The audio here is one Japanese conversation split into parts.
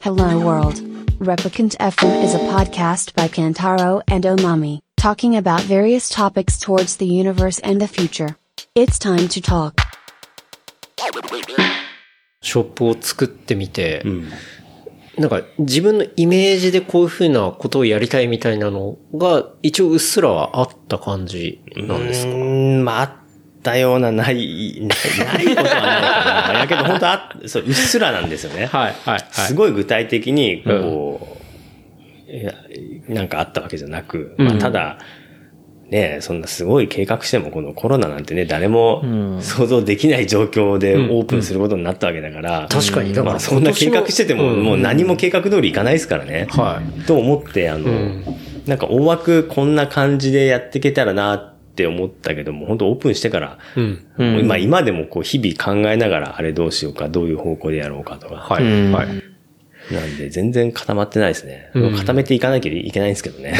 Hello World. Replicant FM is a podcast by Kantaro and Omami, talking about various topics towards the universe and the future. It's time to talk. ショップを作ってみて、なんか自分のイメージでこういう風なことをやりたいみたいなのが一応うっすらはあった感じなんですか？ まあ、あったような、ないことはないかな。だけど本当そう、うっすらなんですよね。 はい、はい、 すごい具体的に、こう、なんかあったわけじゃなく、まあ、ただ、ね、そんなすごい計画してもこのコロナなんてね、誰も想像できない状況でオープンすることになったわけだから。 確かに。だから、 まあ、そんな計画してても、もう何も計画通りいかないですからね。 はい。と思って、なんか大枠こんな感じでやっていけたらなって思ったけども、本当オープンしてから、まあ今でもこう日々考えながらあれどうしようか、どういう方向でやろうかとか。 はい。はい。 なんで全然固まってないですね。固めていかなきゃいけないんですけどね。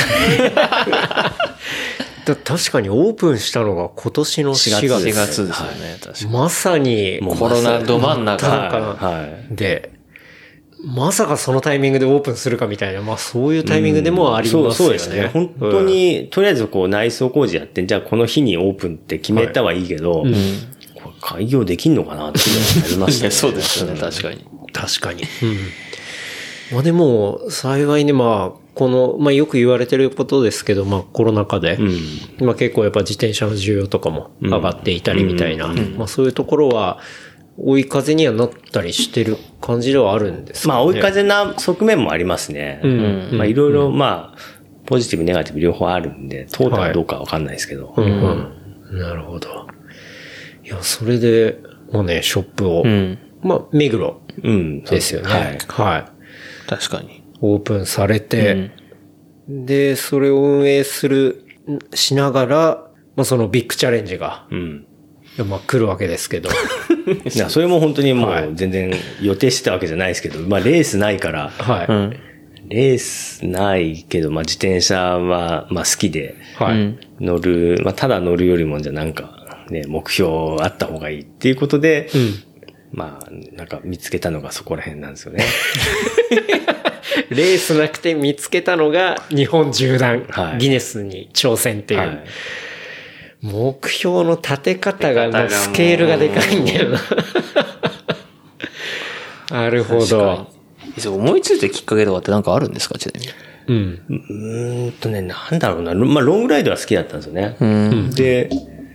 確かにオープンしたのが今年の4月ですよね。確かに。 まさにコロナど真ん中で、まさかそのタイミングでオープンするかみたいな、まあそういうタイミングでもありますよね。 そうですね。本当に、とりあえずこう内装工事やって、じゃあこの日にオープンって決めたはいいけど、これ開業できんのかなってなりましたね。 そうですよね、確かに。 確かに。まあでも、幸いね、まあ、この、まあよく言われてることですけど、まあコロナ禍で、まあ結構やっぱ自転車の需要とかも上がっていたりみたいな、まあそういうところは、追い風にはなったりしてる感じではあるんですかね。 まあ追い風な側面もありますね。まあいろいろ、まあ、ポジティブ、ネガティブ両方あるんで、トータルどうかわかんないですけど。 なるほど。いや、それで、まあね、ショップを、まあ、目黒ですよね。はい。 確かに。 オープンされて、で、それを運営しながら、まあそのビッグチャレンジが、まあ来るわけですけど。 いや、それも本当にもう全然予定してたわけじゃないですけど、まあレースないから、レースないけど、まあ自転車はまあ好きで、乗る、まあただ乗るよりもじゃなんかね、目標あった方がいいっていうことで、まあなんか見つけたのがそこら辺なんですよね。 レースなくて見つけたのが日本縦断、ギネスに挑戦っていう。目標の立て方が、スケールがでかいんだよな。なるほど。 思いついたきっかけとかってなんかあるんですか、ちなみに。なんだろうな。まあ、ロングライドは好きだったんですよね。で、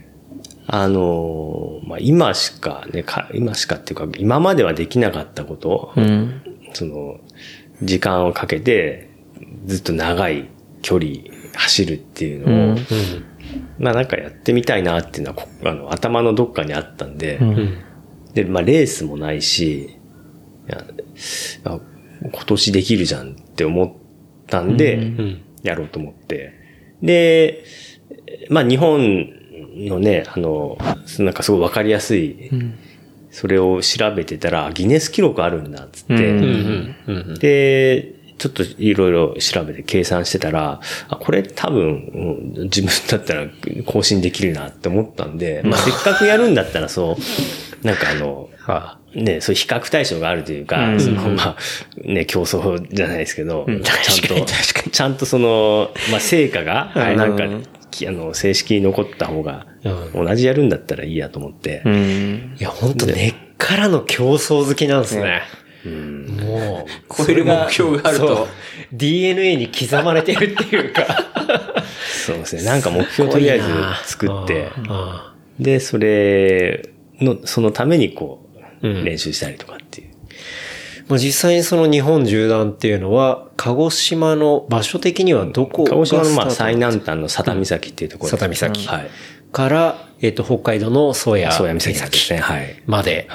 まあ、今しかっていうか、今まではできなかったこと、その、時間をかけて、ずっと長い距離走るっていうのを、まあなんかやってみたいなっていうのは、頭のどっかにあったんで、で、まあレースもないし、今年できるじゃんって思ったんで、やろうと思って。で、まあ日本のね、なんかすごいわかりやすい、それを調べてたら、ギネス記録あるんだっつって、で、ちょっといろいろ調べて計算してたら、これ多分自分だったら更新できるなって思ったんで、まあせっかくやるんだったらそう、なんかね、そういう比較対象があるというか、まあ、ね、競争じゃないですけど、ちゃんとその、まあ成果が、なんか、正式に残った方が、同じやるんだったらいいやと思って。 いや、本当根っからの競争好きなんですね。もう、 超える目標があると。 DNA に刻まれてるっていうか。 そうですね。なんか目標とりあえず作って、で、そのためにこう、練習したりとかっていう。 まあ、実際にその日本縦断っていうのは、鹿児島の場所的にはどこが鹿児島のまあ最南端の佐多岬っていうところ佐多岬。から、北海道の宗谷岬ですね。 まで。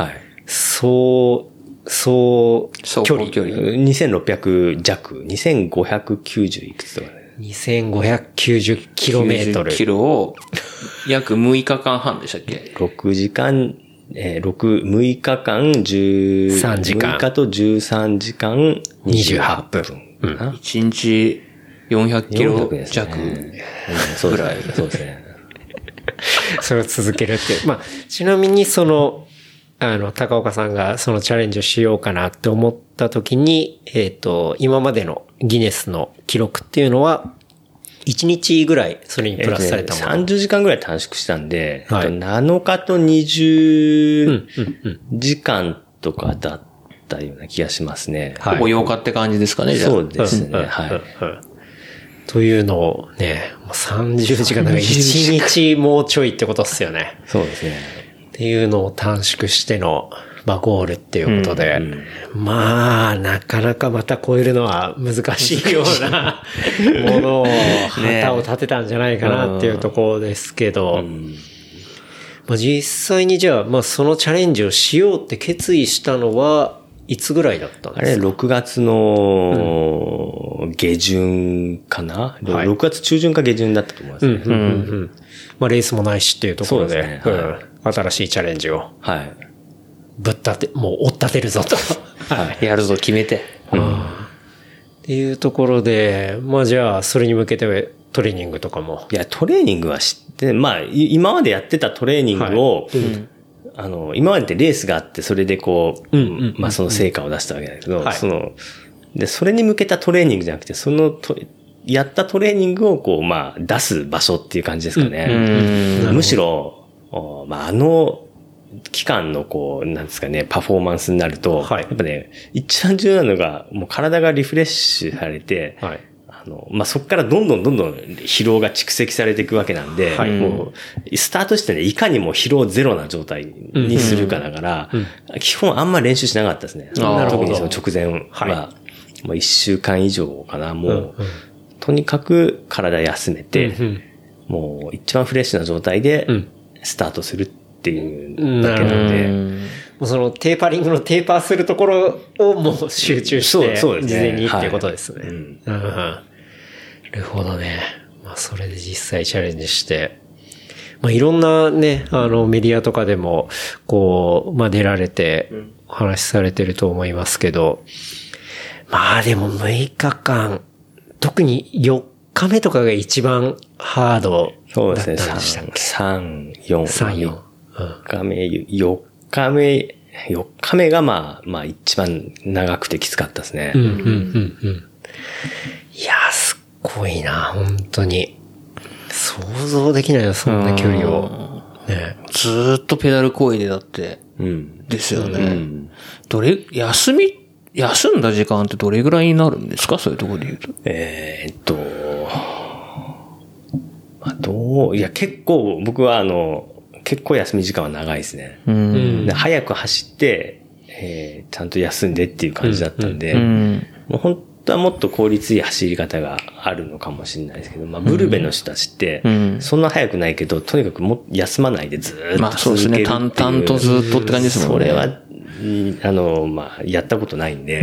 距離。 2600弱、2590いくつとかね。 2590km。 キロを約6日間半でしたっけ ?6 時間、6日間 13時間。 6日と13時間 28分。 1日400キロ弱ぐらい。 そうですね。 それを続けるっていう。まあ、ちなみにその、 高岡さんがそのチャレンジをしようかなって思った時に、今までのギネスの記録っていうのは、1日ぐらいそれにプラスされたもの。 30時間ぐらい短縮したんで、 はい 7日と20時間とかだったような気がしますね。 はいほぼ8日って感じですかね、じゃあ。 そうですね。はい。 というのをね、もう30時間だから1日もうちょいってことっすよね。 そうですね。 っていうのを短縮しての、ゴールっていうことで、まあ、なかなかまた超えるのは難しいようなものを、旗を立てたんじゃないかなっていうところですけど、実際にじゃあ、そのチャレンジをしようって決意したのはいつぐらいだったんですか？ あれ、6月の下旬かな、 はい、 6月中旬か下旬だったと思いますね。 レースもないしっていうところで、 そうですね、 新しいチャレンジを。 はい。 もう追っ立てるぞと。 はい。やるぞ決めて。 っていうところで、じゃあ、それに向けてトレーニングとかも。 いや、トレーニングは知って、今までやってたトレーニングを、今までってレースがあって、それでこう、その成果を出したわけだけど、それに向けたトレーニングじゃなくて、やったトレーニングをこう、出す場所っていう感じですかね。むしろ、期間のこう、なんですかね、パフォーマンスになると、やっぱね、一番重要なのが、もう体がリフレッシュされて、そこからどんどん疲労が蓄積されていくわけなんで、もう、スタートしてね、いかにも疲労ゼロな状態にするかだから、基本あんま練習しなかったですね。特にその直前は、もう1週間以上かな、もう、とにかく体休めて、もう一番フレッシュな状態で、スタートするっていうだけなんで、 もうそのテーパリングのテーパーするところをもう集中して、事前にっていうことですね。なるほどね。それで実際チャレンジして、いろんなね、メディアとかでも、こう、出られて、お話しされてると思いますけど、でも6日間、特に4日目とかが一番ハードだったんでしたっけ？ 3、4、 3、 4日目が一番長くてきつかったですね。 いや、すっごいな、本当に。想像できないよ、そんな距離を。ね、 ずーっとペダルこいでだって。ですよね。休んだ時間ってどれぐらいになるんですか？そういうところで言うと。 結構僕は結構休み時間は長いですね。で早く走って、ちゃんと休んでっていう感じだったんで、もう本当はもっと効率いい走り方があるのかもしれないですけど、ブルベの人たちって、そんな早くないけど、とにかく休まないでずーっと続けるっていう。そうですね。淡 々とずっとって感じですもんね。 それは、やったことないんで、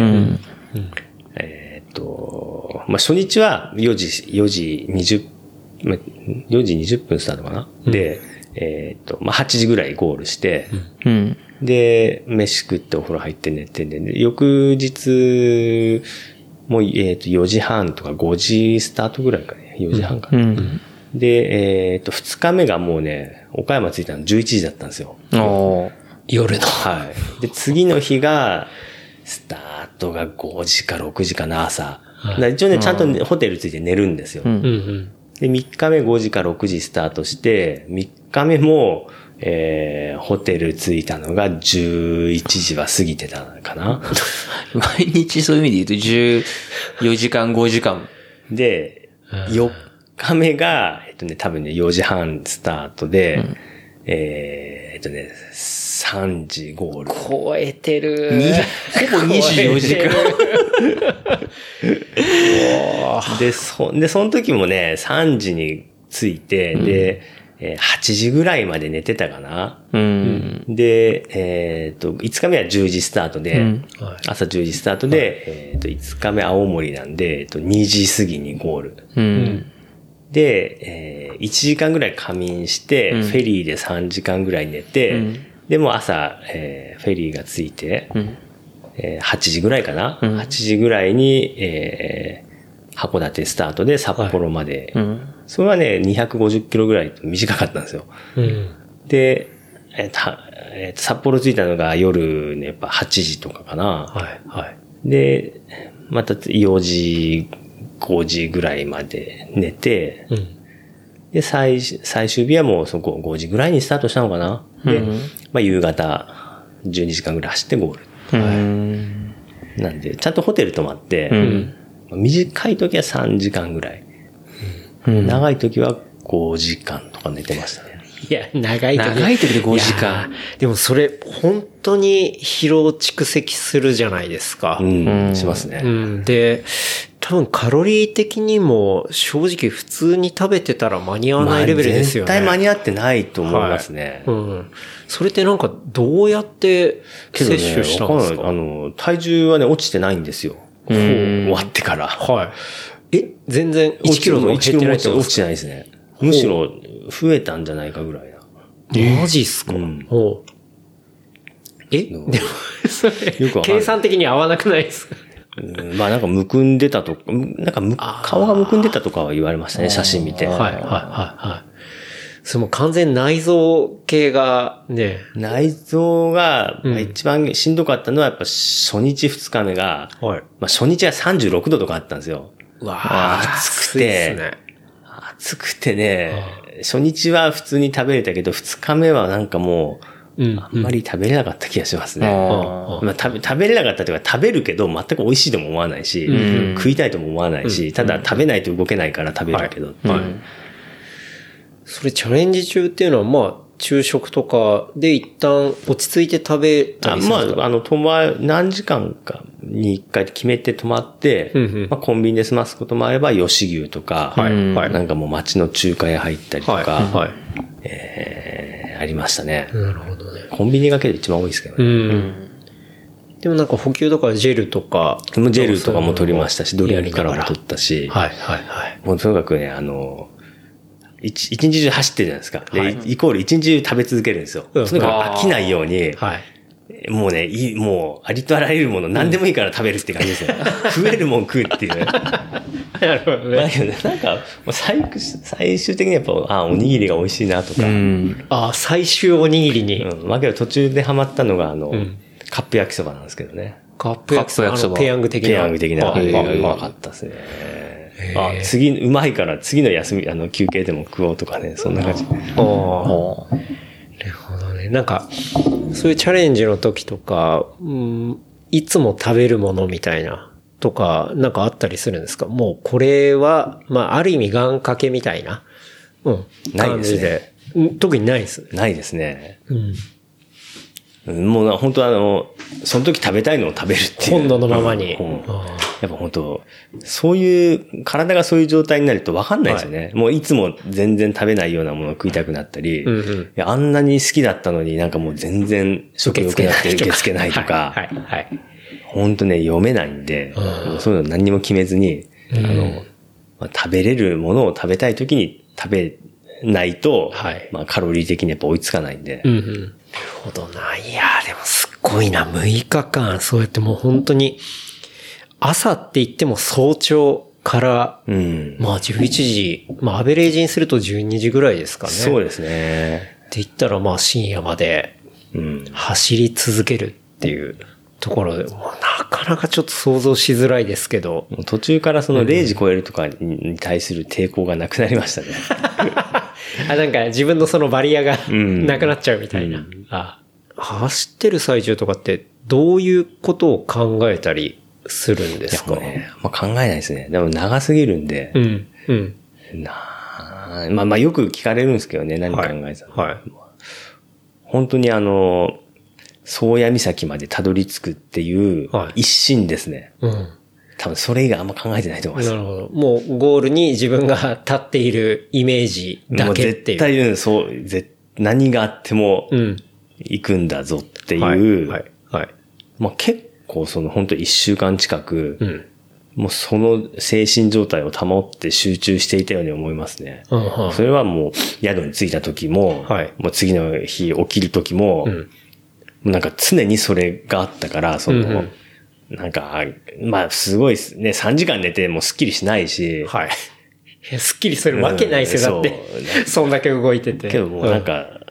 初日は4時20分スタートかな。で、8時ぐらいゴールして、で、飯食ってお風呂入って寝てで、翌日、もう、4時半とか5時スタートぐらいかね。4時半かな。で、2日目がもうね、岡山着いたの11時だったんですよ。 夜の。 はい。で、次の日が、スタートが5時か6時かな、朝。一応ね、ちゃんとホテル着いて寝るんですよ。で、3日目5時か6時スタートして、3日目も、ホテル着いたのが11時は過ぎてたかな。 毎日そういう意味で言うと14時間5時間。 で、4日目が、多分ね、4時半スタートで、3時ゴール。 超えてる。 ほぼ24時間。 で、その時もね、3時に着いて、で、8時ぐらいまで寝てたかな。で、5日目は10時スタートで、朝10時スタートで、5日目青森なんで、2時過ぎにゴール。で、1時間ぐらい仮眠して、フェリーで3時間ぐらい寝て、でも朝、フェリーが着いて、8時ぐらいかな、8時ぐらいに、函館スタートで札幌まで、それはね、250キロぐらい短かったんですよ。で、 札幌着いたのが夜ね、やっぱ8時とかかな。 はい。はい。 で、また4時、5時ぐらいまで寝て、で、最終日はもうそこ5時ぐらいにスタートしたのかな。で、まあ夕方12時間ぐらい走ってゴール。なんで、ちゃんとホテル泊まって、短い時は3時間ぐらい。長い時は5時間とか寝てましたね。 いや、長い時で5時間。 でもそれ、本当に疲労蓄積するじゃないですか。 しますね。 で、多分カロリー的にも正直普通に食べてたら間に合わないレベルですよね。 絶対間に合ってないと思いますね。 それってなんかどうやって摂取したんですか？ 体重はね、落ちてないんですよ。終わってから。 はい。全然1キロも減ってないってことですか？ 落ちてないですね。むしろ増えたんじゃないかぐらいな。 マジっすか？でも、それ、 よく計算的に合わなくないですか？ まあなんかむくんでたとか、顔がむくんでたとかは言われましたね、写真見て。 はい。その完全内臓系がね。 内臓が一番しんどかったのはやっぱ初日2日目が、まあ初日は36度とかあったんですよ。暑くて、暑くてね、初日は普通に食べれたけど、2日目はなんかもう、あんまり食べれなかった気がしますね。まあ、食べれなかったというか、食べるけど全く美味しいとも思わないし、食いたいとも思わないし、ただ食べないと動けないから食べるけど。それチャレンジ中っていうのは、まあ、昼食とかで一旦落ち着いて食べたりするんですか？ まあ、何時間かに一回決めて泊まって、まあ、コンビニで済ますこともあれば、吉牛とか、なんかもう街の中華屋入ったりとか、ありましたね。 なるほどね。 コンビニがけで一番多いですけどね。 でもなんか補給とかジェルとか。 ジェルとかも取りましたし、ドリンクからも取ったし。もうとにかくね、一日中走ってるじゃないですか。で、イコール一日中食べ続けるんですよ。とにかく飽きないように、もうね、もうありとあらゆるもの何でもいいから食べるって感じですね。食えるもん食うっていう。 なるほどね。 だけどね、なんか、最終的にやっぱ、おにぎりが美味しいなとか。 最終おにぎりに。 だけど途中でハマったのが、カップ焼きそばなんですけどね。 カップ焼きそば。ペヤング的な。 ペヤング的な。うまかったですね。うまいから次の休み、休憩でも食おうとかね、そんな感じ。なるほどね。なんか、そういうチャレンジの時とか、いつも食べるものみたいな、とか、なんかあったりするんですか？もうこれは、まあ、ある意味願掛けみたいな、感じで。特にないですね。 ないですね。もう本当その時食べたいのを食べるっていう。 本能のままに。 やっぱ本当そういう、体がそういう状態になると分かんないですよね。もういつも全然食べないようなものを食いたくなったり、あんなに好きだったのになんかもう全然食欲なくて受け付けないとか、本当ね、読めないんで、そういうの何にも決めずに、食べれるものを食べたい時に食べないと、まあカロリー的にやっぱ追いつかないんで。 なるほどな。いやーでもすっごいな。6日間、そうやってもう本当に、朝って言っても早朝から、まあ11時、まあアベレージにすると12時ぐらいですかね。 そうですね。 って言ったらまあ深夜まで、走り続けるっていうところで、もうなかなかちょっと想像しづらいですけど。 途中からその0時超えるとかに対する抵抗がなくなりましたね。 なんか自分のそのバリアがなくなっちゃうみたいな。走ってる最中とかってどういうことを考えたりするんですか？ 考えないですね。でも長すぎるんで。まあよく聞かれるんですけどね、何考えてたの。本当に宗谷岬までたどり着くっていう一心ですね。多分それ以外あんま考えてないと思います。 なるほど。もうゴールに自分が立っているイメージだけっていう。 絶対何があっても行くんだぞっていう。まあ結構本当1週間近く、もうその精神状態を保って集中していたように思いますね。それはもう宿に着いた時も、もう次の日起きる時も、なんか常にそれがあったから、なんか、まあ、すごいね、3時間寝てもスッキリしないし。 スッキリするわけないですよ、だって。そんだけ動いてて。 けどもうなんか、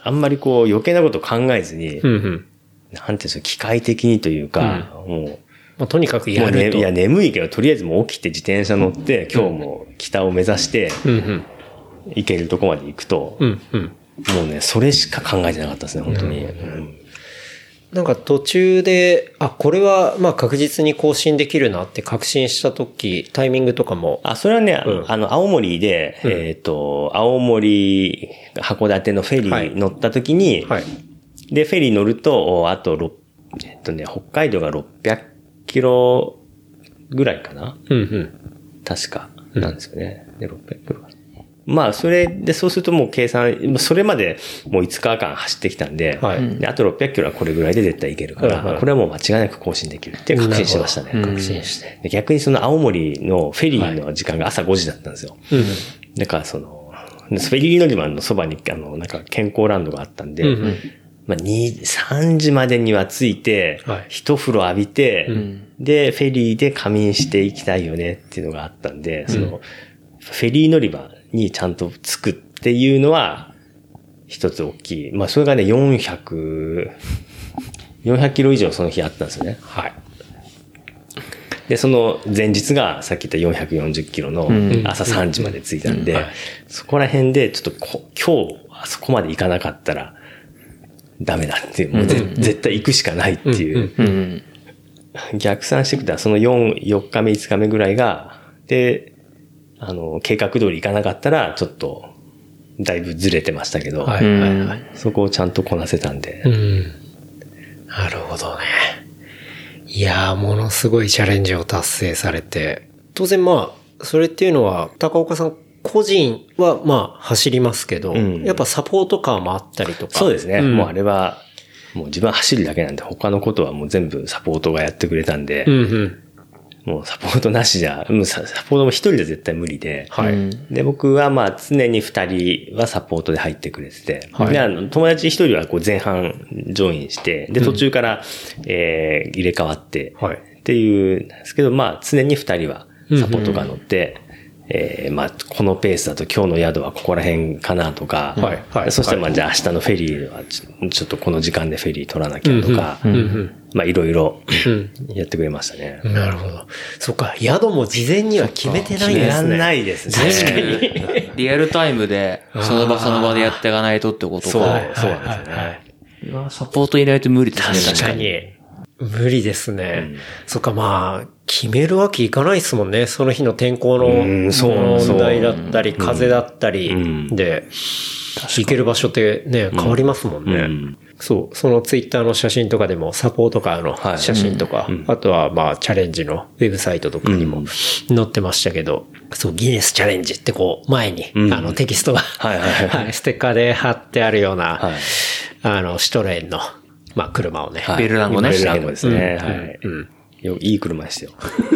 あんまりこう余計なこと考えずに、 うんうん。 なんていうんですか、機械的にというか、もう、 まあ、とにかくやると。 いや、眠いけど、とりあえずもう起きて自転車乗って、今日も北を目指して、 うんうん。 行けるとこまで行くと、 うんうん。 もうね、それしか考えてなかったですね、本当に。 なんか途中で、これはまあ確実に更新できるなって確信した時、タイミングとかも。 それはね、青森で、青森、函館のフェリー乗った時に、はい、で、フェリー乗ると、あと、北海道が600キロぐらいかな。 うんうん。 確か、なんですよね。で、600キロ。まあ、それで、そうするともう計算、それまでもう5日間走ってきたんで、はい、であと600キロはこれぐらいで絶対いけるから、はい、これはもう間違いなく更新できるって確信しましたね。 確信して。 で逆にその青森のフェリーの時間が朝5時だったんですよ。はい、だからフェリー乗り場のそばに、なんか健康ランドがあったんで、まあ、3時までには着いて、一風呂浴びて、で、フェリーで仮眠していきたいよねっていうのがあったんで、フェリー乗り場にちゃんと着くっていうのは、一つ大きい。まあ、それがね、400キロ以上その日あったんですよね。 はい。 で、その前日がさっき言った440キロの朝3時まで着いたんで、そこら辺でちょっと今日あそこまで行かなかったらダメだっていう、もう絶対行くしかないっていう。逆算していくと、その4日目、5日目ぐらいが、で、計画通り行かなかったら、ちょっと、だいぶずれてましたけど、そこをちゃんとこなせたんで。 なるほどね。いやー、ものすごいチャレンジを達成されて、当然まあ、それっていうのは、高岡さん個人はまあ、走りますけど、やっぱサポートカーもあったりとか。 そうですね。もうあれは、もう自分は走るだけなんで、他のことはもう全部サポートがやってくれたんで、もうサポートなしじゃ、サポートも一人で絶対無理で、で、僕はまあ常に二人はサポートで入ってくれてて、で、友達一人はこう前半ジョインして、で、途中から、入れ替わって、っていうんですけど、まあ常に二人はサポートが乗って、まあ、このペースだと今日の宿はここら辺かなとか、そしてまあ、じゃあ明日のフェリーはちょっとこの時間でフェリー取らなきゃとか、まあ、いろいろやってくれましたね。 なるほど。そっか、宿も事前には決めてないんですね。 決めらんないですね。 確かに。 リアルタイムで、その場でやっていかないとってことか。 そうなんですよね。 サポートいないと無理ですね。 確かに。無理ですね。そっか、まあ、決めるわけいかないですもんね。その日の天候の問題だったり、風だったりで、行ける場所ってね、変わりますもんね。そう、そのツイッターの写真とかでもサポートカーの写真とか、あとはまあ、チャレンジのウェブサイトとかにも載ってましたけど、そう、ギネスチャレンジってこう、前に、テキストが、ステッカーで貼ってあるような、シトレーンの、まあ、車をね。 ベルランゴね。 ベルランゴですね。いい車ですよ。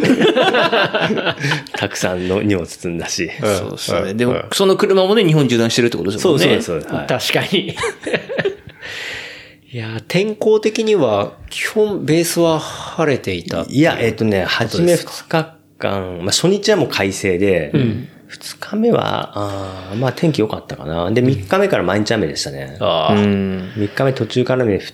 たくさんの荷物積んだし。 そうですね。でも、その車もね、日本縦断してるってことですもんね。 そうです。 確かに。いや、天候的には、基本ベースは晴れていた。 いや、初め2日間、まあ初日はもう快晴で、2日目は、まあ天気良かったかな。で、3日目から毎日雨でしたね。3日目途中から雨降って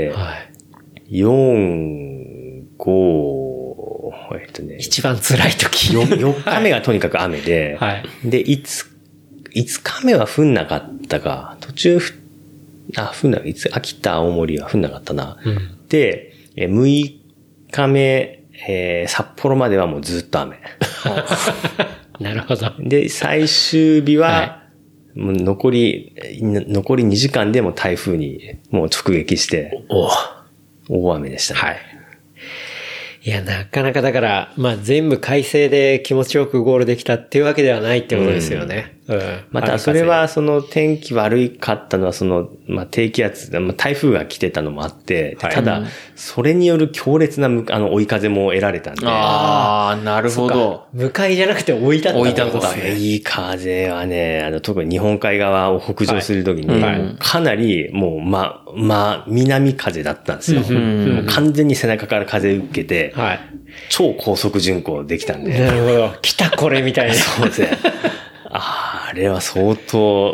、4、5、 一番辛い時。 4日目がとにかく雨で、で、5日目は降んなかったか、途中降んなかった、秋田、青森は降んなかったな。で、6日目、札幌まではもうずっと雨。 なるほど。 で、最終日は、もう残り2時間でも台風にもう直撃して、大雨でしたね。 いや、なかなかだから、まあ全部快晴で気持ちよくゴールできたっていうわけではないってことですよね。 またそれはその天気悪かったのはまあ低気圧、まあ台風が来てたのもあって、ただ、それによる強烈な追い風も得られたんで。 ああ、なるほど。 向かいじゃなくて追いだったってことですね。いい風はね、特に日本海側を北上するときに、かなりもう南風だったんですよ。もう完全に背中から風受けて、超高速巡航できたんで。 なるほど。来たこれみたいな。 そうですね。あれは相当、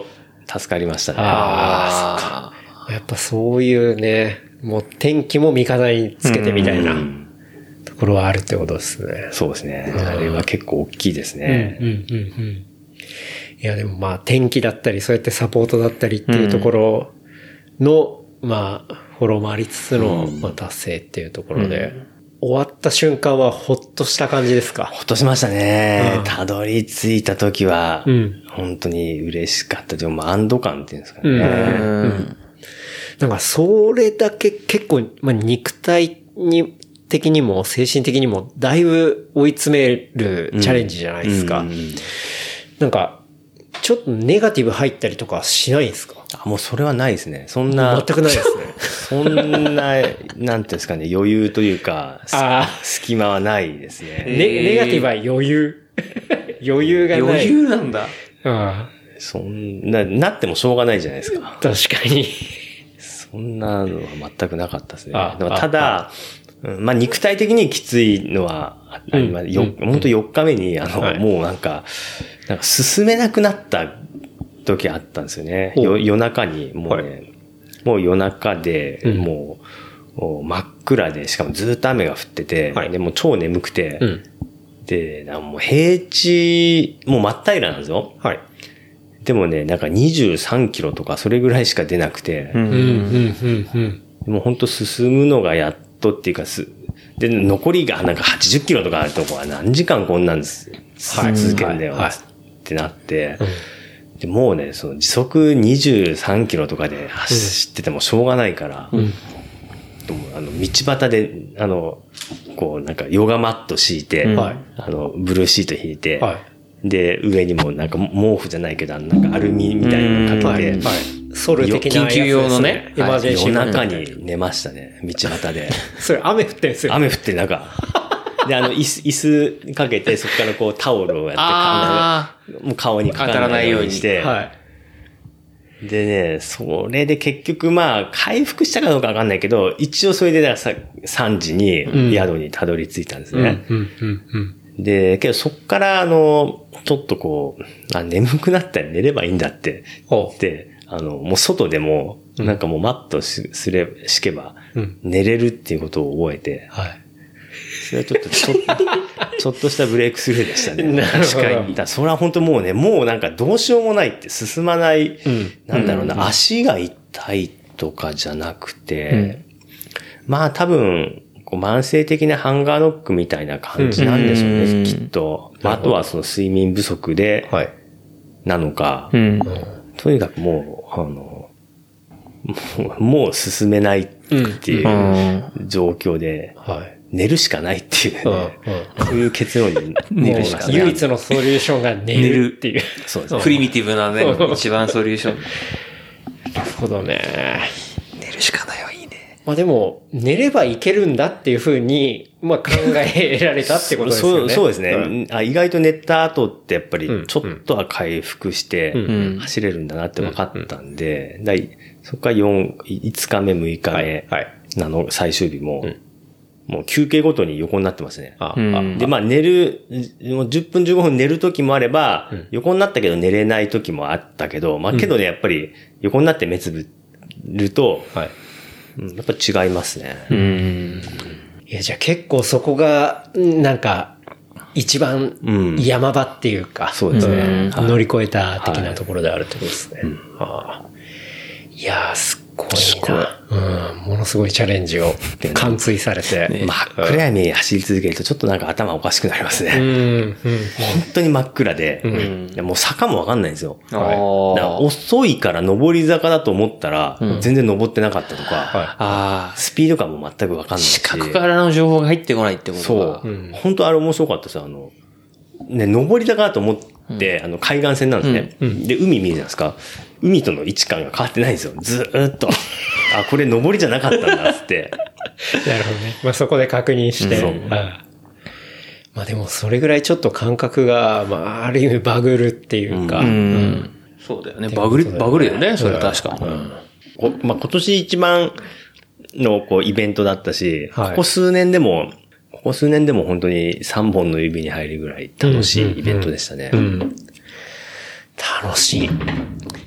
助かりましたね。 ああ、やっぱそういうね、もう天気も味方につけてみたいなところはあるってことですね。 そうですね。あれは結構大きいですね。 いやでもまあ天気だったり、そうやってサポートだったりっていうところの、まあ、フォローもありつつの、まあ、達成っていうところで、終わった瞬間はほっとした感じですか？ ほっとしましたね。たどり着いた時は、本当に嬉しかった。でも、安堵感っていうんですかね。 なんか、それだけ結構、まあ、肉体的にも精神的にもだいぶ追い詰めるチャレンジじゃないですか。なんか、ちょっとネガティブ入ったりとかしないんですか？ もうそれはないですね。そんな。 全くないですね。 そんな、なんていうんですかね、余裕というか、隙間はないですね。 ネガティブは余裕。余裕がない。 余裕なんだ。 そんなってもしょうがないじゃないですか。 確かに。 そんなのは全くなかったですね。ただ、まあ、肉体的にきついのは、本当4日目に、もうなんか進めなくなった時あったんですよね。夜中に、もうね、もう夜中で、もう真っ暗で、しかもずっと雨が降ってて、でもう超眠くて、で、もう平地、もう真っ平らなんですよ。でもね、なんか23キロとかそれぐらいしか出なくて、もう本当進むのがやっとっていうかで、残りがなんか80キロとかあるとこは何時間こんなん続けんだよってなって、でもうね、その時速23キロとかで走っててもしょうがないから、道端で、こうなんかヨガマット敷いて、ブルーシート引いて、で、上にもなんか毛布じゃないけど、なんかアルミみたいなのかけて、 ソル的な緊急用のね、 エマージェンシー夜中に寝ましたね、道端で。 それ雨降ってんですよ。 雨降ってなんか、で、椅子かけて、そこからこうタオルをやって、もう顔にかからないようにして、でね、それで結局まあ、回復したかどうかわかんないけど、一応それで3時に宿にたどり着いたんですね。で、けどそっからちょっとこう、眠くなったら寝ればいいんだって言って、もう外でも、なんかもうマット敷けば、寝れるっていうことを覚えて、それはちょっとしたブレイクスルーでしたね。確かに。それは本当もうね、もうなんかどうしようもないって進まない、なんだろうな、足が痛いとかじゃなくて、まあ多分、慢性的なハンガーノックみたいな感じなんでしょうね、きっと。あとはその睡眠不足で、なのか、とにかくもう進めないっていう状況で、寝るしかないっていう、そういう結論に寝るしかない。 唯一のソリューションが寝るっていう。 そうですね。 プリミティブなね、一番ソリューション。 なるほどね。 寝るしかないよ、いいね。 まあでも、寝ればいけるんだっていうふうに、まあ考えられたってことですよね。 そうですね。意外と寝た後ってやっぱりちょっとは回復して走れるんだなって分かったんで、そこから5日目、6日目最終日も、もう休憩ごとに横になってますね。で、まあ10分15分寝る時もあれば、横になったけど寝れない時もあったけど、まあけどね、やっぱり横になって目つぶると、やっぱ違いますね。 いや、じゃあ結構そこが、なんか、一番山場っていうか、 そうですね。 乗り越えた的なところであるってことですね。いやー、すっごいな。ものすごいチャレンジを完遂されて。 真っ暗闇走り続けるとちょっとなんか頭おかしくなりますね。本当に真っ暗で、もう坂もわかんないんですよ。だから遅いから上り坂だと思ったら、全然登ってなかったとか、スピード感も全くわかんないし。 視覚からの情報が入ってこないってことか。 そう。本当あれ面白かったですよ。ね、上り坂だと思って、海岸線なんですね。で、海見るじゃないですか。海との位置感が変わってないんですよ。ずーっと。これ上りじゃなかったんだっつって。 なるほどね。まあそこで確認して。まあでもそれぐらいちょっと感覚が、まあある意味バグるっていうか。 そうだよね。バグるよね。それは確かに。 まあ今年一番のイベントだったし、ここ数年でも本当に3本の指に入るぐらい楽しいイベントでしたね。 楽しい。い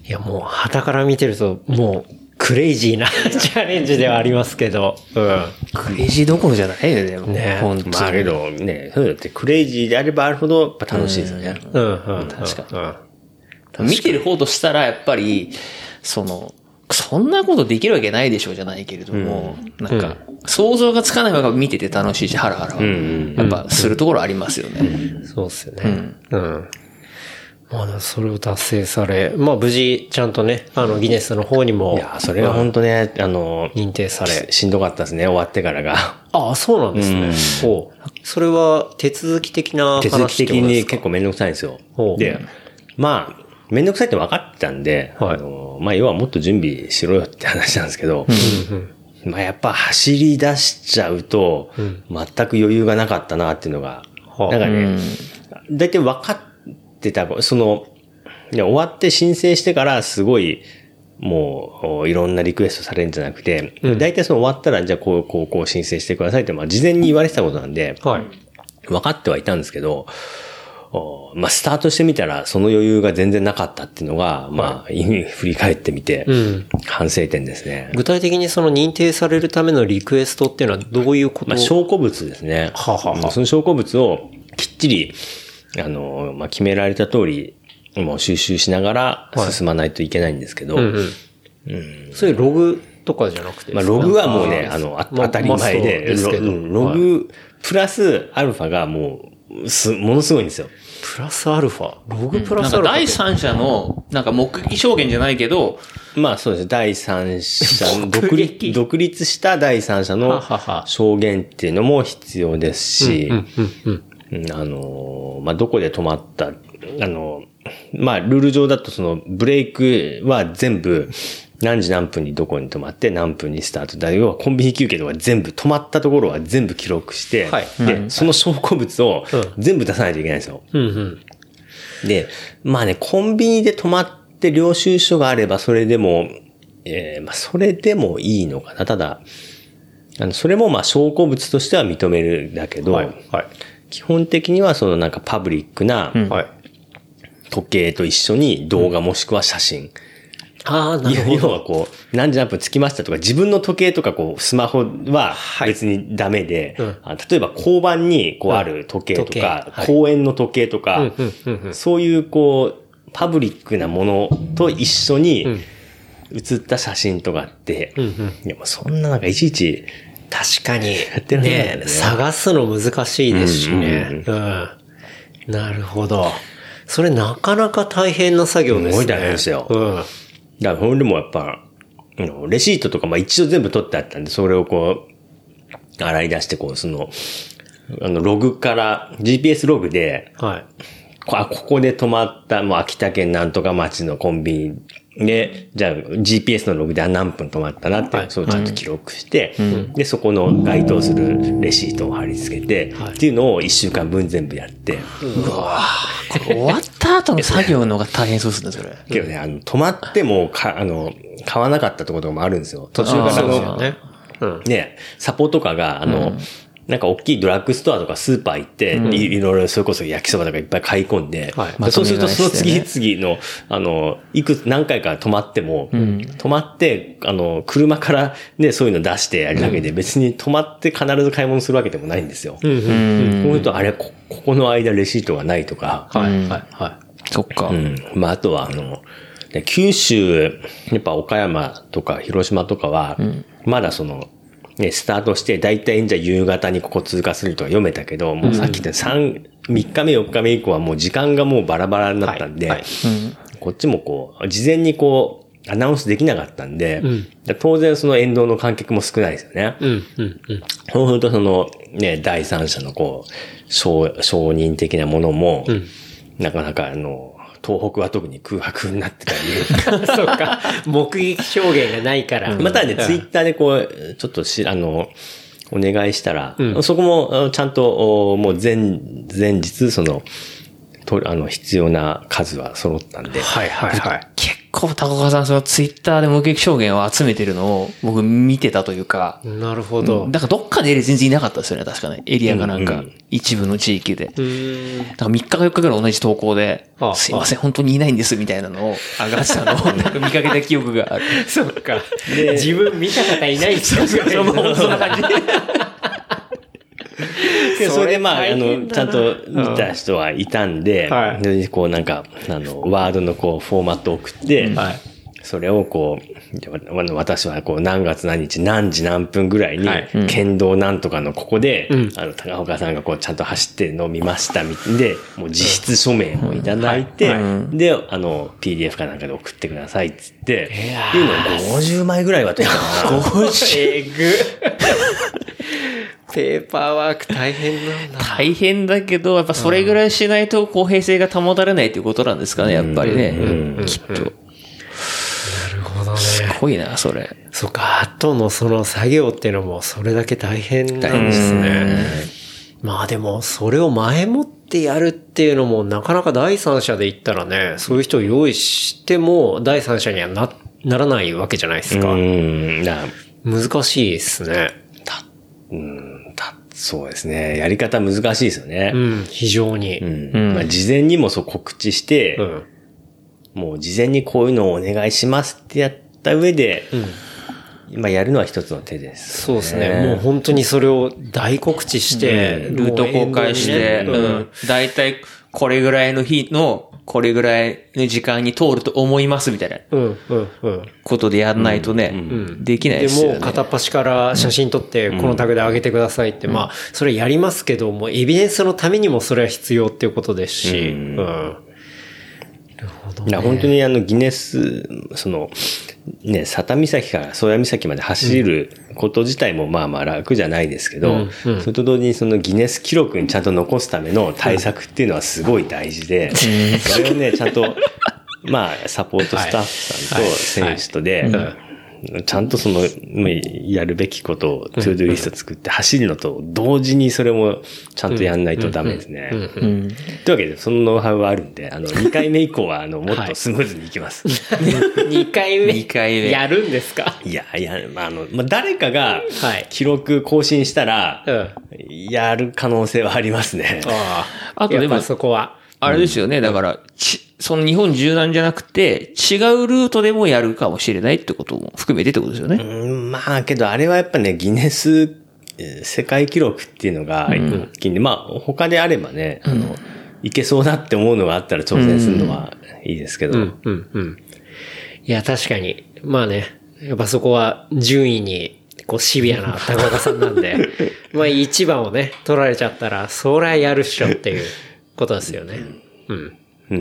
いや、もう、旗から見てると、もう、クレイジーなチャレンジではありますけど、 クレイジーどころじゃないよね、でも。 ね本当に。 まあけどね、そういうのってクレイジーであればあるほどやっぱ楽しいですよね。 確か見てる方としたら、やっぱり、そんなことできるわけないでしょうじゃないけれども、なんか、想像がつかないのが見てて楽しいし、ハラハラは。やっぱ、するところありますよね。 そうっすよね。まあ、それを達成され、まあ、無事、ちゃんとね、ギネスの方にも。 いや、それが本当ね、 認定され。 しんどかったですね、終わってからが。 ああ、そうなんですね。それは、手続き的な話ってことですか？ 手続き的に結構めんどくさいんですよ。で、まあ、めんどくさいって分かってたんで、まあ、要はもっと準備しろよって話なんですけど、まあ、やっぱ走り出しちゃうと、全く余裕がなかったなっていうのが、なんかね、だいたい分かってた、終わって申請してからすごい、もう、いろんなリクエストされるんじゃなくて、だいたい終わったら、じゃあこう申請してくださいって、まあ、事前に言われてたことなんで、分かってはいたんですけど、まあ、スタートしてみたら、その余裕が全然なかったっていうのが、まあ、振り返ってみて、反省点ですね。 具体的にその認定されるためのリクエストっていうのはどういうこと？ まあ、証拠物ですね。その証拠物をきっちり、まあ、決められた通り、もう収集しながら進まないといけないんですけど、 そういうログとかじゃなくて、 まあ、ログはもうね、当たり前で、ログプラスアルファがもう、ものすごいんですよ。 プラスアルファログプラスアルファ、 なんか第三者の、なんか目撃証言じゃないけど、 まあそうです。第三者の独立した第三者の証言っていうのも必要ですし、まあどこで止まった、まあルール上だとそのブレイクは全部何時何分にどこに止まって何分にスタートだ。要はコンビニ休憩とか全部止まったところは全部記録して、で、その証拠物を全部出さないといけないんですよ。で、まあね、コンビニで止まって領収書があればそれでも、まあそれでもいいのかな。ただ、それもまあ証拠物としては認めるだけど、基本的にはそのなんかパブリックな時計と一緒に動画もしくは写真。 なるほど。 要はこう、何時何分着きましたとか、自分の時計とかこう、スマホは別にダメで、例えば交番にこうある時計とか、公園の時計とか、そういうこう、パブリックなものと一緒に写った写真とかって、いやもうそんななんかいちいち、 確かに。 やってるね。 探すの難しいですしね。なるほど。それなかなか大変な作業ですね。 すごい大変ですよ。だから、ほんでもやっぱ、レシートとか、まあ一度全部取ってあったんで、それをこう、洗い出して、こう、ログから、GPS ログで、ここで止まった、もう秋田県なんとか町のコンビニで、じゃあ GPS のログで何分止まったなって、そうちゃんと記録して、で、そこの該当するレシートを貼り付けて、っていうのを1週間分全部やって。 うわこれ終わった後の作業のが大変そうですね、それ。 けどね、止まっても買わなかったところもあるんですよ。途中からね、サポとかが、なんか大きいドラッグストアとかスーパー行って、いろいろそれこそ焼きそばとかいっぱい買い込んで、そうするとその次々の、何回か止まっても、止まって、車からね、そういうの出してやるだけで、別に止まって必ず買い物するわけでもないんですよ。こういうと、あれ、ここの間レシートがないとか、 そっか。 まあ、あとは、九州、やっぱ岡山とか広島とかは、まだね、スタートして、だいたいじゃあ夕方にここ通過するとか読めたけど、もうさっき言った3日目、4日目以降はもう時間がもうバラバラになったんで、こっちもこう、事前にこう、アナウンスできなかったんで、当然その沿道の観客も少ないですよね。そうするとね、第三者のこう、承認的なものも、なかなか東北は特に空白になってたり。 そうか。目撃証言がないから。 またね、ツイッターでこう、ちょっとお願いしたら、そこもちゃんと、もう前日、必要な数は揃ったんで。 結構高岡さんそのツイッターで目撃証言を集めてるのを僕見てたというか。 なるほど。 だからどっかで全然いなかったですよね、確かね。エリアがなんか、一部の地域で。だから3日か4日ぐらい同じ投稿で、すいません、本当にいないんです、みたいなのを上がってたのをなんか見かけた記憶がある。 そうか。で、自分見た方いないっすよ。 そんな感じ。 それでまあ、ちゃんと見た人はいたんで、 はい、 こうなんか、ワードのこう、フォーマットを送って、はい、それをこう、私はこう、何月何日何時何分ぐらいに、県道なんとかのここで、高岡さんがこう、ちゃんと走ってるのを見ました、で、もう実質署名もいただいて、で、PDF かなんかで送ってくださいっつって、っていうのを50枚ぐらいは取ったかな。 えぐ。ペーパーワーク大変なんだ。 大変だけど、やっぱそれぐらいしないと公平性が保たれないということなんですかね、やっぱりね。きっと。なるほどね。 すごいな、それ。 そっか、後のその作業っていうのもそれだけ大変なんですね。まあでも、それを前もってやるっていうのもなかなか第三者で言ったらね、そういう人を用意しても第三者にはならないわけじゃないですか。難しいですね。 そうですね。やり方難しいですよね。 非常に。 まあ、事前にもそう告知して、もう事前にこういうのをお願いしますってやった上で、今やるのは一つの手です、 そうですね。もう本当にそれを大告知して、 ルート公開して、だいたいこれぐらいの日の、これぐらいの時間に通ると思いますみたいなことでやんないとね、できないですよね。 でも片っ端から写真撮ってこのタグで上げてくださいって、まあそれやりますけども、エビデンスのためにもそれは必要っていうことですし、 本当にギネス、ね、佐多岬から宗谷岬まで走ること自体もまあまあ楽じゃないですけど、それと同時にそのギネス記録にちゃんと残すための対策っていうのはすごい大事で、それをね、ちゃんと、まあ、サポートスタッフさんと選手とで、ちゃんとやるべきことをトゥードゥリスト作って走るのと同時にそれもちゃんとやんないとダメですね。というわけで、そのノウハウはあるんで、2回目以降は、もっとスムーズにいきます。 2回目やるんですか？ いや、まあ、誰かが記録更新したら、やる可能性はありますね。 あとでもそこは。 あれですよね。だから、その日本縦断じゃなくて、違うルートでもやるかもしれないってことも含めてってことですよね。 まあ、けどあれはやっぱね、ギネス世界記録っていうのが、まあ、他であればね、いけそうだって思うのがあったら挑戦するのはいいですけど。いや、確かに。まあね、やっぱそこは順位に、シビアな高岡さんなんで、まあ1番をね、取られちゃったら、そりゃやるっしょっていうことですよね。も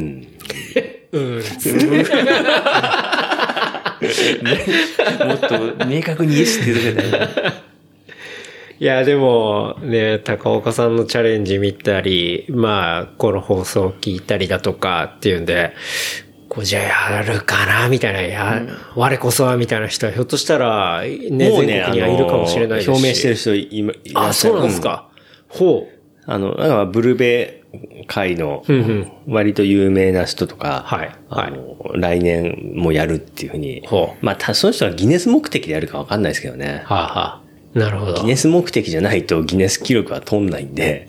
っと明確にイエスって言うだけだよ。 いや、でもね、高岡さんのチャレンジ見たり、まあ、この放送を聞いたりだとかっていうんで、じゃあやるかなみたいな、我こそはみたいな人はひょっとしたら、ね、全国にはいるかもしれないですし。 表明してる人いらっしゃる。 そうなんですか。ほう。 なんかブルベ界の割と有名な人とか、来年もやるっていうふうに。まあ、その人はギネス目的でやるかわかんないですけどね。 なるほど。 ギネス目的じゃないとギネス記録は取んないんで。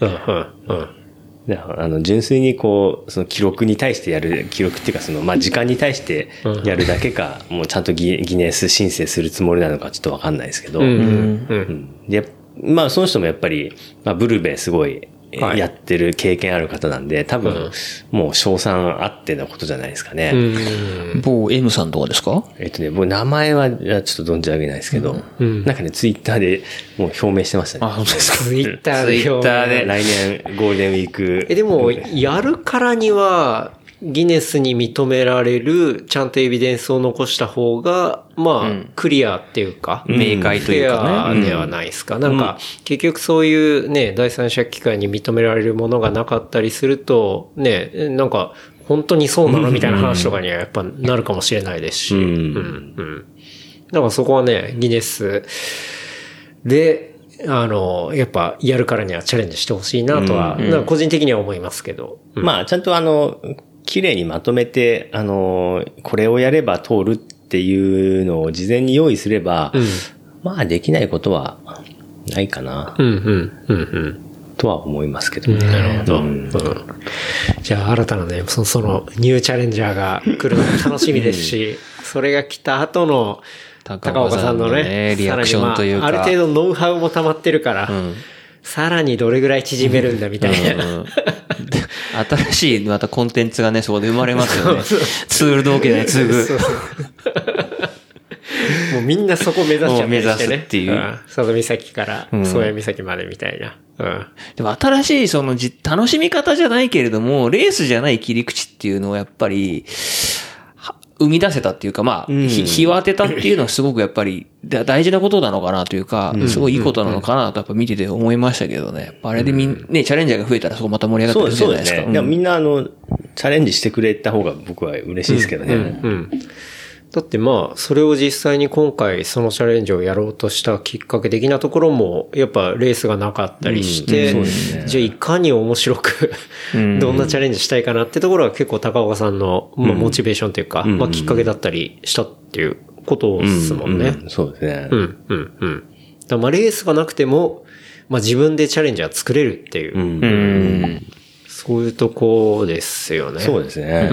純粋にその記録に対してやる、記録っていうかまあ、時間に対してやるだけか、もうちゃんとギネス申請するつもりなのかちょっとわかんないですけど。で、まあ、その人もやっぱり、まあ、ブルベすごい、やってる経験ある方なんで、多分、もう賞賛あってのことじゃないですかね。 某 M さんとかですか？ 僕名前はちょっと存じ上げないですけど、なんかね、ツイッターでもう表明してましたね。 本当ですか？ ツイッターで。 来年ゴールデンウィーク。 でも、やるからには、ギネスに認められる、ちゃんとエビデンスを残した方が、まあ、クリアっていうか、 明快というかね。 フェアではないですか。なんか、結局そういうね、第三者機関に認められるものがなかったりすると、ね、なんか、本当にそうなのみたいな話とかにはやっぱなるかもしれないですし、だからそこはね、ギネスで、やっぱやるからにはチャレンジしてほしいなとは、個人的には思いますけど。 まあ、ちゃんと綺麗にまとめて、これをやれば通るっていうのを事前に用意すれば、まあできないことはないかな。とは思いますけどね。 なるほど。じゃあ新たなね、そのニューチャレンジャーが来るのも楽しみですし、それが来た後の高岡さんのね、 リアクションというか。 ある程度ノウハウも溜まってるから、さらにどれぐらい縮めるんだみたいな。 新しいまたコンテンツがね、そこで生まれますよね。ツール同期で継ぐ。 もうみんなそこ目指しちゃってね。 目指すっていう。 佐渡岬から宗谷岬までみたいな。 でも新しい楽しみ方じゃないけれども、レースじゃない切り口っていうのをやっぱり、生み出せたっていうか、まあ、日を当てたっていうのはすごくやっぱり大事なことなのかなというか、すごいいいことなのかなとやっぱ見てて思いましたけどね。やっぱあれでね、チャレンジャーが増えたらそこまた盛り上がってるじゃないですか。 そうですね。いやみんなチャレンジしてくれた方が僕は嬉しいですけどね。 だってまあ、それを実際に今回そのチャレンジをやろうとしたきっかけ的なところも、やっぱレースがなかったりして、じゃあいかに面白くどんなチャレンジしたいかなってところが結構高岡さんの、まあ、モチベーションというか、まあきっかけだったりしたっていうことですもんね。 そうですね。 だまあレースがなくても、まあ自分でチャレンジは作れるっていう、そういうとこですよね。 そうですね。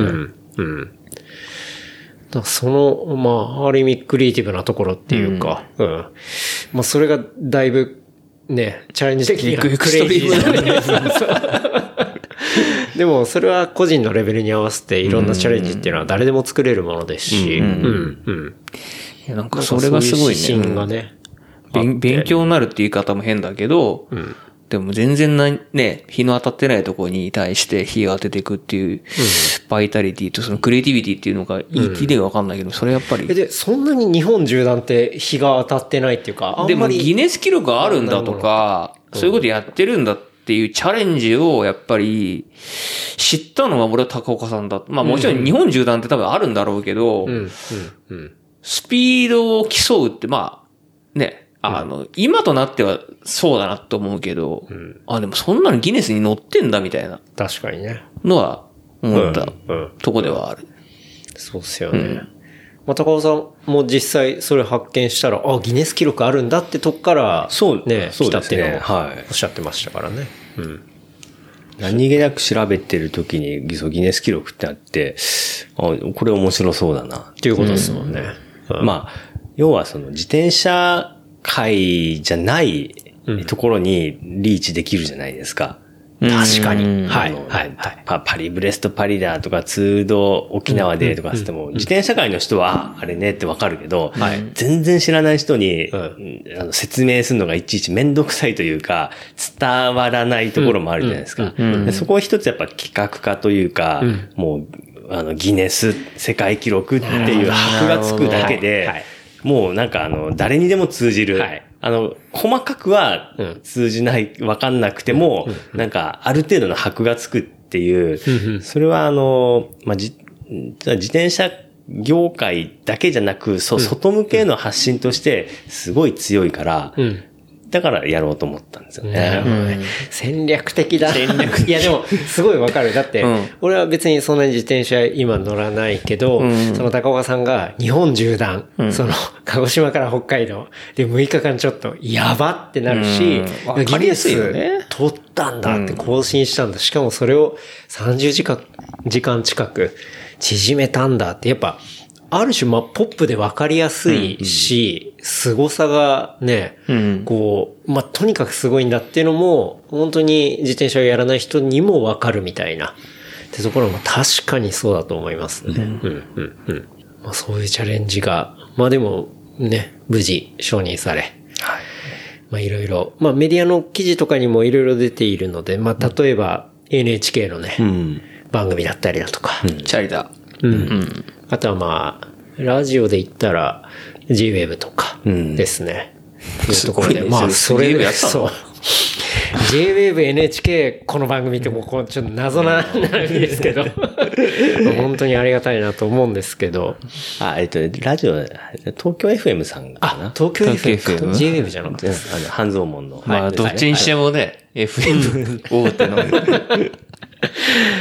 その、まあ、ある意味クリエイティブなところっていうか、まあ、それがだいぶ、ね、チャレンジ的にはクレイジーなんで。でも、それは個人のレベルに合わせていろんなチャレンジっていうのは誰でも作れるものですし、 なんかそれがすごいね。 そういう指針がね。 勉強になるって言い方も変だけど、でも全然ね、日の当たってないところに対して日を当てていくっていう、バイタリティとそのクリエイティビティっていうのがいいでわかんないけど、それやっぱり。 で、そんなに日本縦断って日が当たってないっていうか、あんまり。 でもギネス記録があるんだとか、そういうことやってるんだっていうチャレンジをやっぱり知ったのは俺は高岡さんだ。まあもちろん日本縦断って多分あるんだろうけど、スピードを競うってまあ、ね、今となってはそうだなと思うけど、でもそんなのギネスに載ってんだみたいな。 確かにね。 のは思ったとこではある。 そうっすよね。まあ、高尾さんも実際それ発見したら、ギネス記録あるんだってとこから、ね、来たっていうのをおっしゃってましたからね。 何気なく調べてる時にギネス記録ってあって、これ面白そうだな。 っていうことですもんね。 まあ、要はその自転車界じゃないところにリーチできるじゃないですか。 確かに。 パリブレストパリだとか、ツード沖縄でとかつっても、自転車界の人は、あれねってわかるけど、全然知らない人に、説明するのがいちいちめんどくさいというか、伝わらないところもあるじゃないですか。そこは一つやっぱ企画化というか、もう、ギネス世界記録っていう箔がつくだけで、もうなんか誰にでも通じる。細かくは通じない、わかんなくても、なんかある程度の箔がつくっていう、それは自転車業界だけじゃなく、外向けの発信としてすごい強いから、だからやろうと思ったんですよね。 戦略的だ。いやでも、すごいわかる。だって、俺は別にそんなに自転車今乗らないけど、その高岡さんが日本縦断、その、鹿児島から北海道で6日間ちょっとやばってなるし、ギネス取ったんだって更新したんだ。しかもそれを30時間近く縮めたんだって、やっぱ、ある種、まあ、ポップで分かりやすいし、凄さがね、こう、まあ、とにかくすごいんだっていうのも、本当に自転車をやらない人にも分かるみたいな、ってところも確かにそうだと思いますね。まあ、そういうチャレンジが、まあでも、ね、無事承認され。まあ、いろいろ、まあ、メディアの記事とかにもいろいろ出ているので、まあ、例えば、NHK のね、番組だったりだとか。 チャリだ。 あとはまあ、ラジオで言ったら J-Wave とかですね。いうところで。まあ、それで、そう。J-Wave NHK この番組ってもうちょっと謎なんですけど。本当にありがたいなと思うんですけど。 ラジオ、東京 FM さんかな。 東京 FM? J-Wave じゃなくて。 半蔵門の。 まあ、どっちにしてもね、FM 大手の。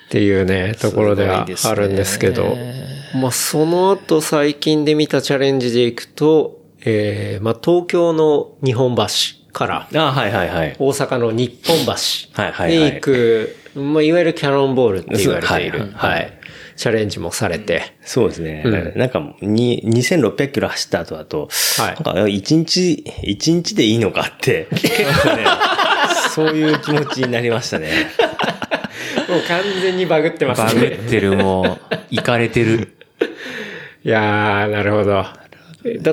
っていうね、ところではあるんですけど、まあその後最近で見たチャレンジでいくと、まあ東京の日本橋から、 はいはいはい。 大阪の日本橋に行く、まあいわゆるキャノンボールって言われている、はい。チャレンジもされて。 そうですね。なんか、2600キロ走った後だと、なんか、1日でいいのかって、結構ね、そういう気持ちになりましたね。 もう完全にバグってますね。 バグってる、もう、いかれてる。 いやー、なるほど。だって、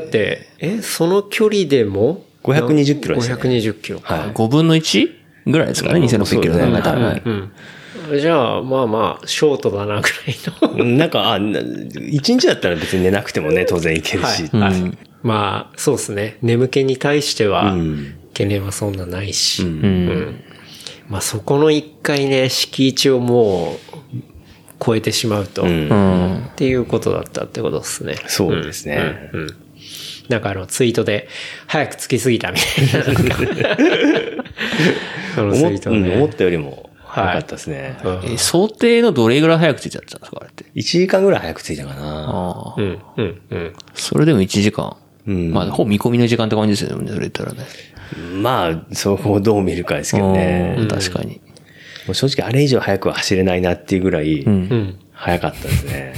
その距離でも 520キロですね。 520キロ。 はい。 5分の 1? ぐらいですかね、2600キロで。 じゃあ、まあまあ、ショートだな、ぐらいの。 なんか、1日だったら別に寝なくてもね、当然いけるし。 まあ、そうですね。眠気に対しては、懸念はそんなないし。まあ、そこの一回ね、敷地をもう、超えてしまうと、っていうことだったってことですね。 そうですね。 なんかツイートで、早く着きすぎたみたいな。そのツイートね。 思ったよりも早かったですね。 想定のどれぐらい早く着いちゃったんですか、あれって。 1時間ぐらい早く着いたかな。 それでも1時間。まあ、ほぼ見込みの時間って感じですよね、それ言ったらね。 まあ、そこをどう見るかですけどね。 確かに。 もう正直あれ以上早くは走れないなっていうぐらい、早かったですね。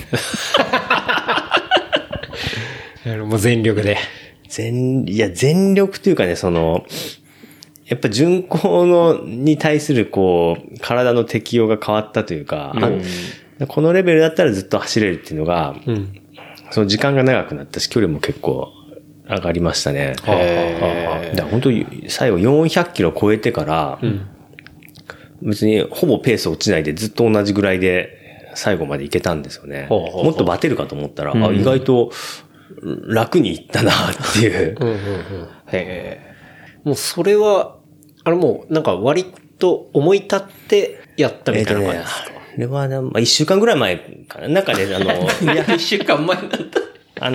もう全力で。 いや、全力というかね、やっぱ巡航に対する体の適応が変わったというか、このレベルだったらずっと走れるっていうのが、その時間が長くなったし、距離も結構上がりましたね。本当に最後400キロ超えてから、別にほぼペース落ちないでずっと同じぐらいで最後まで行けたんですよね。もっとバテるかと思ったら、意外と楽にいったなっていう。 もうそれは、もうなんか割と思い立ってやったみたいな感じですか？ あれは1週間ぐらい前かな。なんかね、いや、 1週間前だった。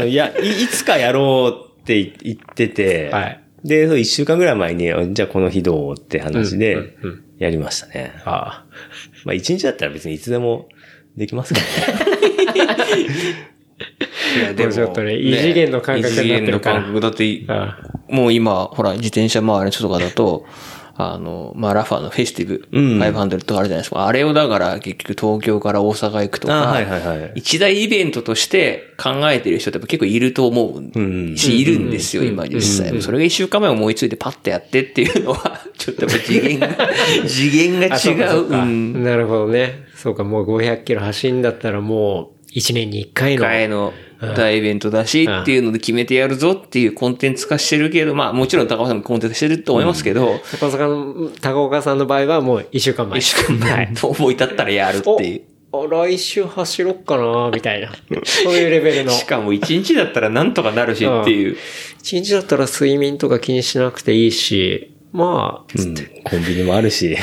いつかやろうって言ってて、で、1週間ぐらい前に、じゃあこの日どうって話で、やりましたね。まあ1日だったら別にいつでもできますからね。 いや、でもちょっとね、異次元の感覚になってるから。異次元の感覚だって、もう今、ほら、自転車周りの人とかだと、まあ、ラファのフェスティブ500とかあるじゃないですか。あれをだから結局東京から大阪行くとか、一大イベントとして考えてる人って結構いると思うし、いるんですよ、今実際。それが一週間前思いついてパッとやってっていうのは、ちょっとやっぱ次元が違う。 なるほどね。そうか、もう500キロ走んだったらもう1年に1回の。 大イベントだしっていうので決めてやるぞっていうコンテンツ化してるけど、まあもちろん高岡さんもコンテンツしてると思いますけど、 高岡さんの場合はもう1週間前。 1週間前と思い立ったらやるっていう。 来週走ろっかなみたいな。そういうレベルの。 しかも1日だったらなんとかなるしっていう。 1日だったら睡眠とか気にしなくていいし、まあ、 コンビニもあるし。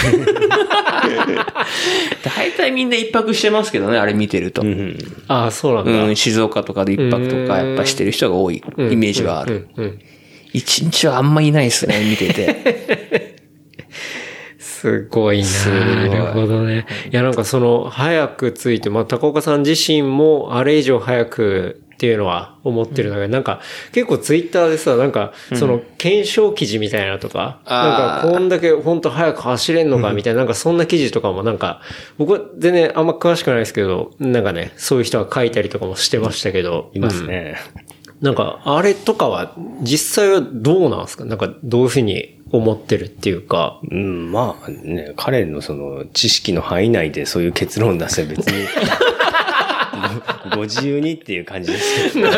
大体みんな一泊してますけどね、あれ見てると。 ああ、そうなんだ。 静岡とかで一泊とかやっぱしてる人が多いイメージがある。一日はあんまいないですね、見てて。 すごいな。なるほどね。いや、なんか早く着いて、まあ、高岡さん自身もあれ以上早くっていうのは思ってるんだけど、なんか結構ツイッターでさ、なんか検証記事みたいなとか、なんかこんだけ本当早く走れんのかみたいな、なんかそんな記事とかもなんか、僕は全然あんま詳しくないですけど、なんかね、そういう人が書いたりとかもしてましたけど。 いますね。 なんか、あれとかは実際はどうなんですか？なんかどういうふうに思ってるっていうか。 まあね、彼の知識の範囲内でそういう結論出せば別に、ご自由にっていう感じですけど。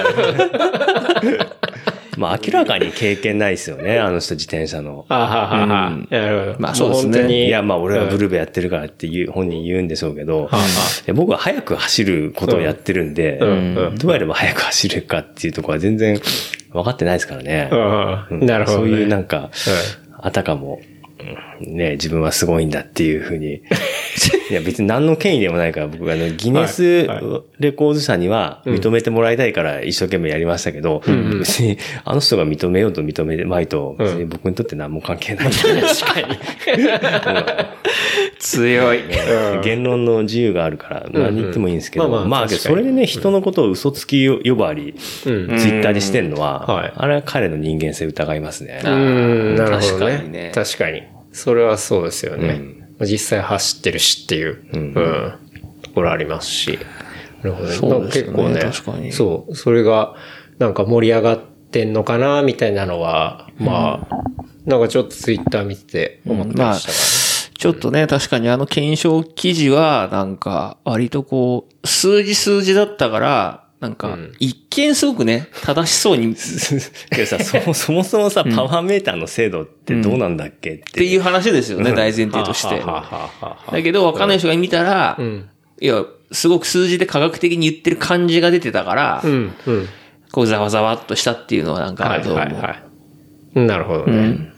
まあ明らかに経験ないですよね、あの人自転車の。 なるほど。 まあそうですね。 いや、まあ俺はブルベやってるからって本人言うんでしょうけど、僕は早く走ることをやってるんで、どうやれば早く走るかっていうところは全然分かってないですからね。 なるほど。 そういうなんか、あたかも、ね、自分はすごいんだっていうふうに。いや別に何の権威でもないから僕ギネスレコード社には認めてもらいたいから一生懸命やりましたけど、別にあの人が認めようと認めまいと別に僕にとって何も関係ない。 確かに。 強い。 言論の自由があるから何言ってもいいんですけど、まあ確かにそれでね、人のことを嘘つき呼ばわり、ツイッターでしてんのは、あれは彼の人間性疑いますね。 なるほど確かにねね。 確かに。それはそうですよね。実際走ってるしっていう、ところありますし。なるほどね。 そうですよね結構ね、 確かにそう、それがなんか盛り上がってんのかな、みたいなのは、まあ、なんかちょっとツイッター見てて思ってましたからね。 ちょっとね、確かに検証記事は、なんか、割とこう、数字だったから、なんか、一見すごくね、正しそうに。 けどさ、そもそもさ、パワーメーターの精度ってどうなんだっけっていう話ですよね、大前提として。だけど、わかんない人が見たら、いや、すごく数字で科学的に言ってる感じが出てたから、こう、ざわざわっとしたっていうのはなんか、どうも。 なるほどね。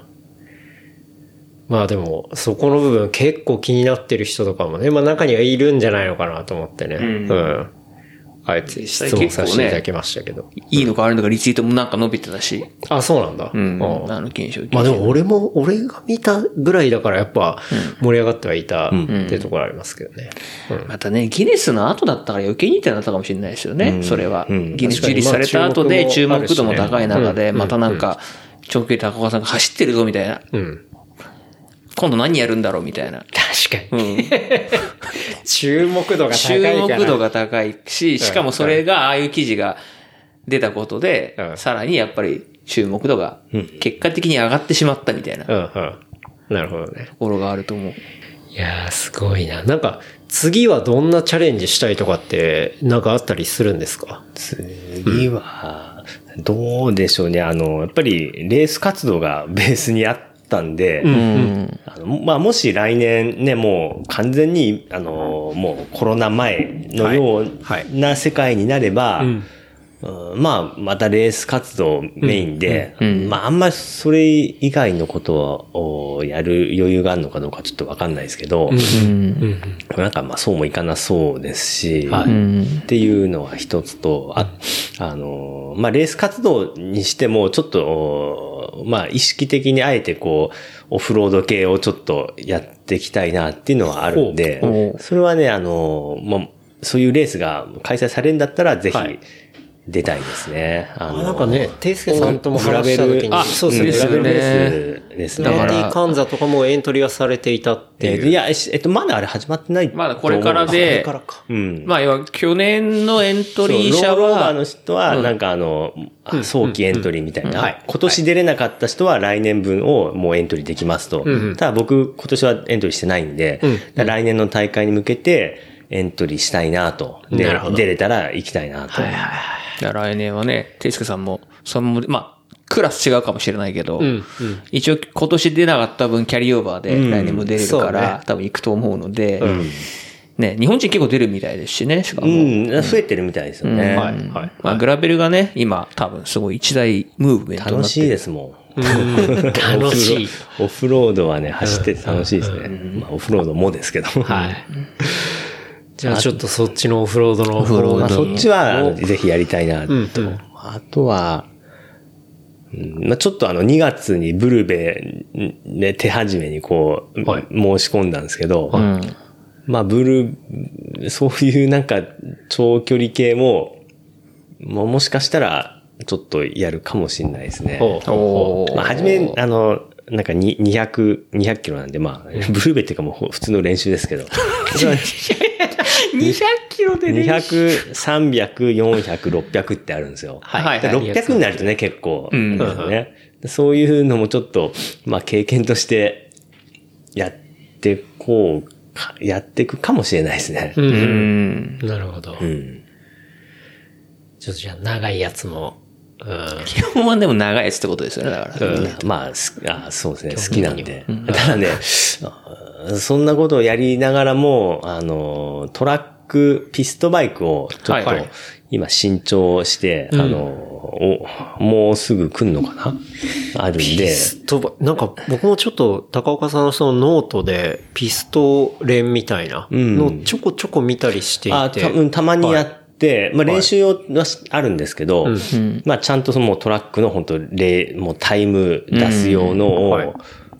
まあでも、そこの部分結構気になってる人とかもね、まあ中にはいるんじゃないのかなと思ってね。あえて質問させていただきましたけど。 いいのか悪いのかリツイートもなんか伸びてたし。 あ、そうなんだ。 検証記事。 まあでも俺が見たぐらいだからやっぱ盛り上がってはいたってところありますけどね。 またね、ギネスの後だったから余計にってなったかもしれないですよね、それは。ギネスリリースされた後で注目度も高い中で、またなんか、長距離高岡さんが走ってるぞみたいな。今度何やるんだろうみたいな。 確かに。注目度が高いから。 注目度が高いし、しかもそれがああいう記事が出たことで、さらにやっぱり注目度が結果的に上がってしまったみたいな。 なるほどね。 ところがあると思う。 いやー、すごいな。なんか、次はどんなチャレンジしたいとかって、なんかあったりするんですか？ 次は、どうでしょうね。やっぱりレース活動がベースにあったんで、まあ、もし来年ね、もう完全に、もうコロナ前のような世界になれば、まあ、またレース活動メインで、まあ、あんまりそれ以外のことをやる余裕があるのかどうかちょっとわかんないですけど、なんかまあそうもいかなそうですし、っていうのは一つと、まあレース活動にしてもちょっと、まあ意識的にあえてこう、オフロード系をちょっとやっていきたいなっていうのはあるんで、それはね、まあ、そういうレースが開催されるんだったらぜひ、出たいですね。 なんかね、テイスケさんとも話した時に、 そうですね。 ですね。 だから、カンザとかもエントリーはされていたっていう。 いや、まだあれ始まってない。 まだこれからで、まあ、要は去年のエントリー者は、 ローバーの人は、なんか早期エントリーみたいな。今年出れなかった人は来年分をもうエントリーできますと。ただ僕、今年はエントリーしてないんで、来年の大会に向けてエントリーしたいなと。で、出れたら行きたいなと。 来年はね、ていすけさんも、まあ、クラス違うかもしれないけど、一応今年出なかった分キャリーオーバーで来年も出れるから、多分行くと思うので、ね、日本人結構出るみたいですしね、しかも。 増えてるみたいですよね。 まあ、グラベルがね、今多分すごい一大ムーブメントになってる。 楽しいですもん。 楽しい。 オフロードはね、走ってて楽しいですね。まあ、オフロードもですけど。 じゃあちょっとそっちのオフロードの方に。そっちはぜひやりたいなと。あとは、まあちょっと2月にブルベね、手始めにこう、申し込んだんですけど、まあそういうなんか長距離系も、もしかしたらちょっとやるかもしれないですね。まあ初め、なんか200キロなんで、まあ、ブルベっていうかもう普通の練習ですけど。 200キロでね。200、300、400、600ってあるんですよ。600になるとね、結構、ね。そういうのもちょっと、まあ経験としてやっていくかもしれないですね。 なるほど。ちょっとじゃあ長いやつも、 基本はでも長いやつってことですよね、だから。 まあ、そうですね、好きなんで。ただね、そんなことをやりながらも、トラック、ピストバイクをちょっと今新調して、もうすぐ来んのかなあるんで。 なんか僕もちょっと高岡さんのそのノートでピスト練みたいなのちょこちょこ見たりしていて。 たまにやって、まあ練習用はあるんですけど、まあちゃんとそのトラックの本当もうタイム出す用のを、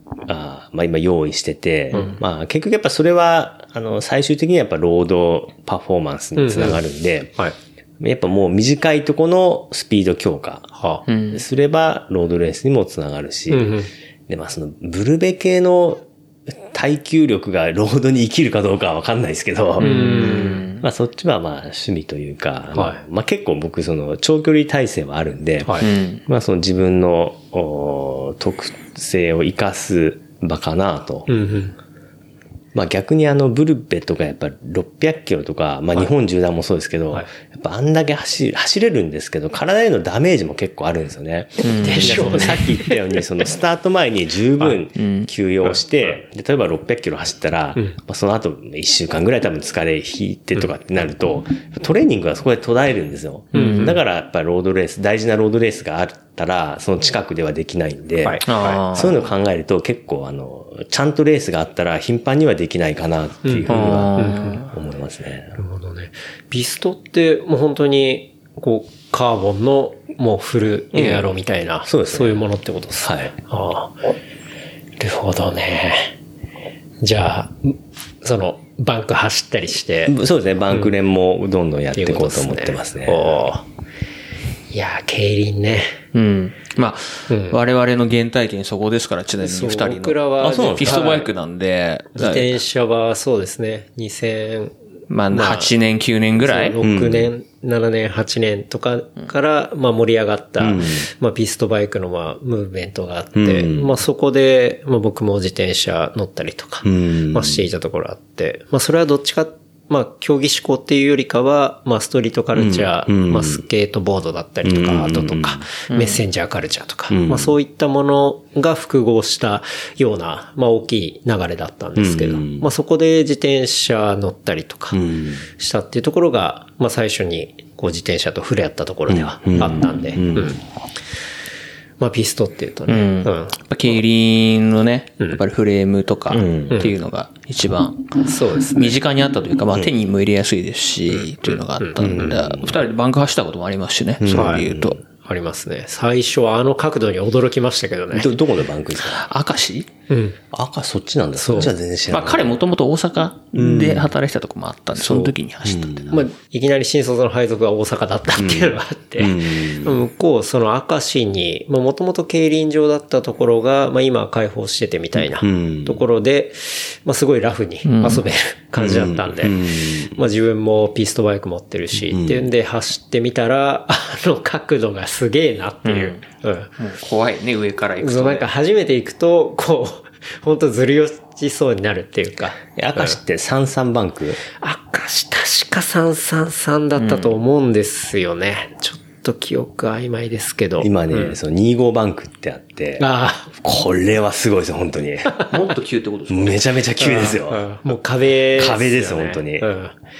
まあ今用意してて、まあ結局やっぱそれは、最終的にはやっぱロードパフォーマンスにつながるんで、 はい。 やっぱもう短いとこのスピード強化すればロードレースにもつながるし、で、まあそのブルベ系の耐久力がロードに生きるかどうかはわかんないですけど、まあそっちはまあ趣味というか、まあ結構僕その長距離耐性はあるんで、まあその自分の特性を生かす場かなと。まあ逆にブルベとかやっぱ600キロとか、まあ日本縦断もそうですけど、やっぱあんだけ走れるんですけど、体へのダメージも結構あるんですよね。でしょうね。さっき言ったように、そのスタート前に十分休養して、で例えば600キロ走ったら、まあその後1週間ぐらい多分疲れ引いてとかってなると、トレーニングがそこで途絶えるんですよ。だからやっぱロードレース、大事なロードレースがあったら、その近くではできないんで、そういうのを考えると結構ちゃんとレースがあったら頻繁にはできないかなっていうふうには思いますね。 なるほどね。ピストってもう本当にこうカーボンのもうフルエアロみたいな、そういうものってことですね。なるほどね。じゃあ、そのバンク走ったりして。 そうですね。バンク練もどんどんやっていこうと思ってますね。 いやー、競輪ね。 まあ、我々の原体験そこですから、ちなみに2人の。 僕らは、 ピストバイクなんで。 自転車はそうですね。 まあ、8年、9年ぐらい ?6 年、7年、8年とかから、まあ盛り上がった、まあピストバイクのまあムーブメントがあって、まあそこで、まあ僕も自転車乗ったりとか、まあしていたところあって、まあそれはどっちか、まあ競技志向っていうよりかは、まあストリートカルチャー、まあスケートボードだったりとか、アートとか、メッセンジャーカルチャーとか、まあそういったものが複合したような、まあ大きい流れだったんですけど、まあそこで自転車乗ったりとかしたっていうところが、まあ最初にこう自転車と触れ合ったところではあったんで、まあピストっていうとね、 競輪のね、やっぱりフレームとかっていうのが一番そうですね。 身近にあったというか、まあ手にも入れやすいですし、というのがあったんで、2人でバンク走ったこともありますしね、そうで言うと。 ありますね。最初は角度に驚きましたけどね。 どこのバンクですか？ 明石？ 赤そっちなんだ。そっちは全然知らない。 まあ彼もともと大阪で働いてたとこもあったんで、その時に走ったんで。 まあいきなり新卒の配属が大阪だったっていうのがあって、向こうその明石に、まあもともと競輪場だったところが、まあ今は開放しててみたいなところで、まあすごいラフに遊べる感じだったんで、まあ自分もピストバイク持ってるし、っていうんで走ってみたら、角度がすげえなっていう。 もう怖いね、上から行くと、ね。 なんか初めて行くと、こう、本当ずり落ちそうになるっていうか。 明石って33バンク？ 明石確か333だったと思うんですよね。ちょっと記憶曖昧ですけど。 今ね、その25バンクってあって、これはすごいですよ、本当に。 もっと急ってことですか？ めちゃめちゃ急ですよ。 もう壁ですよね。 壁です、本当に。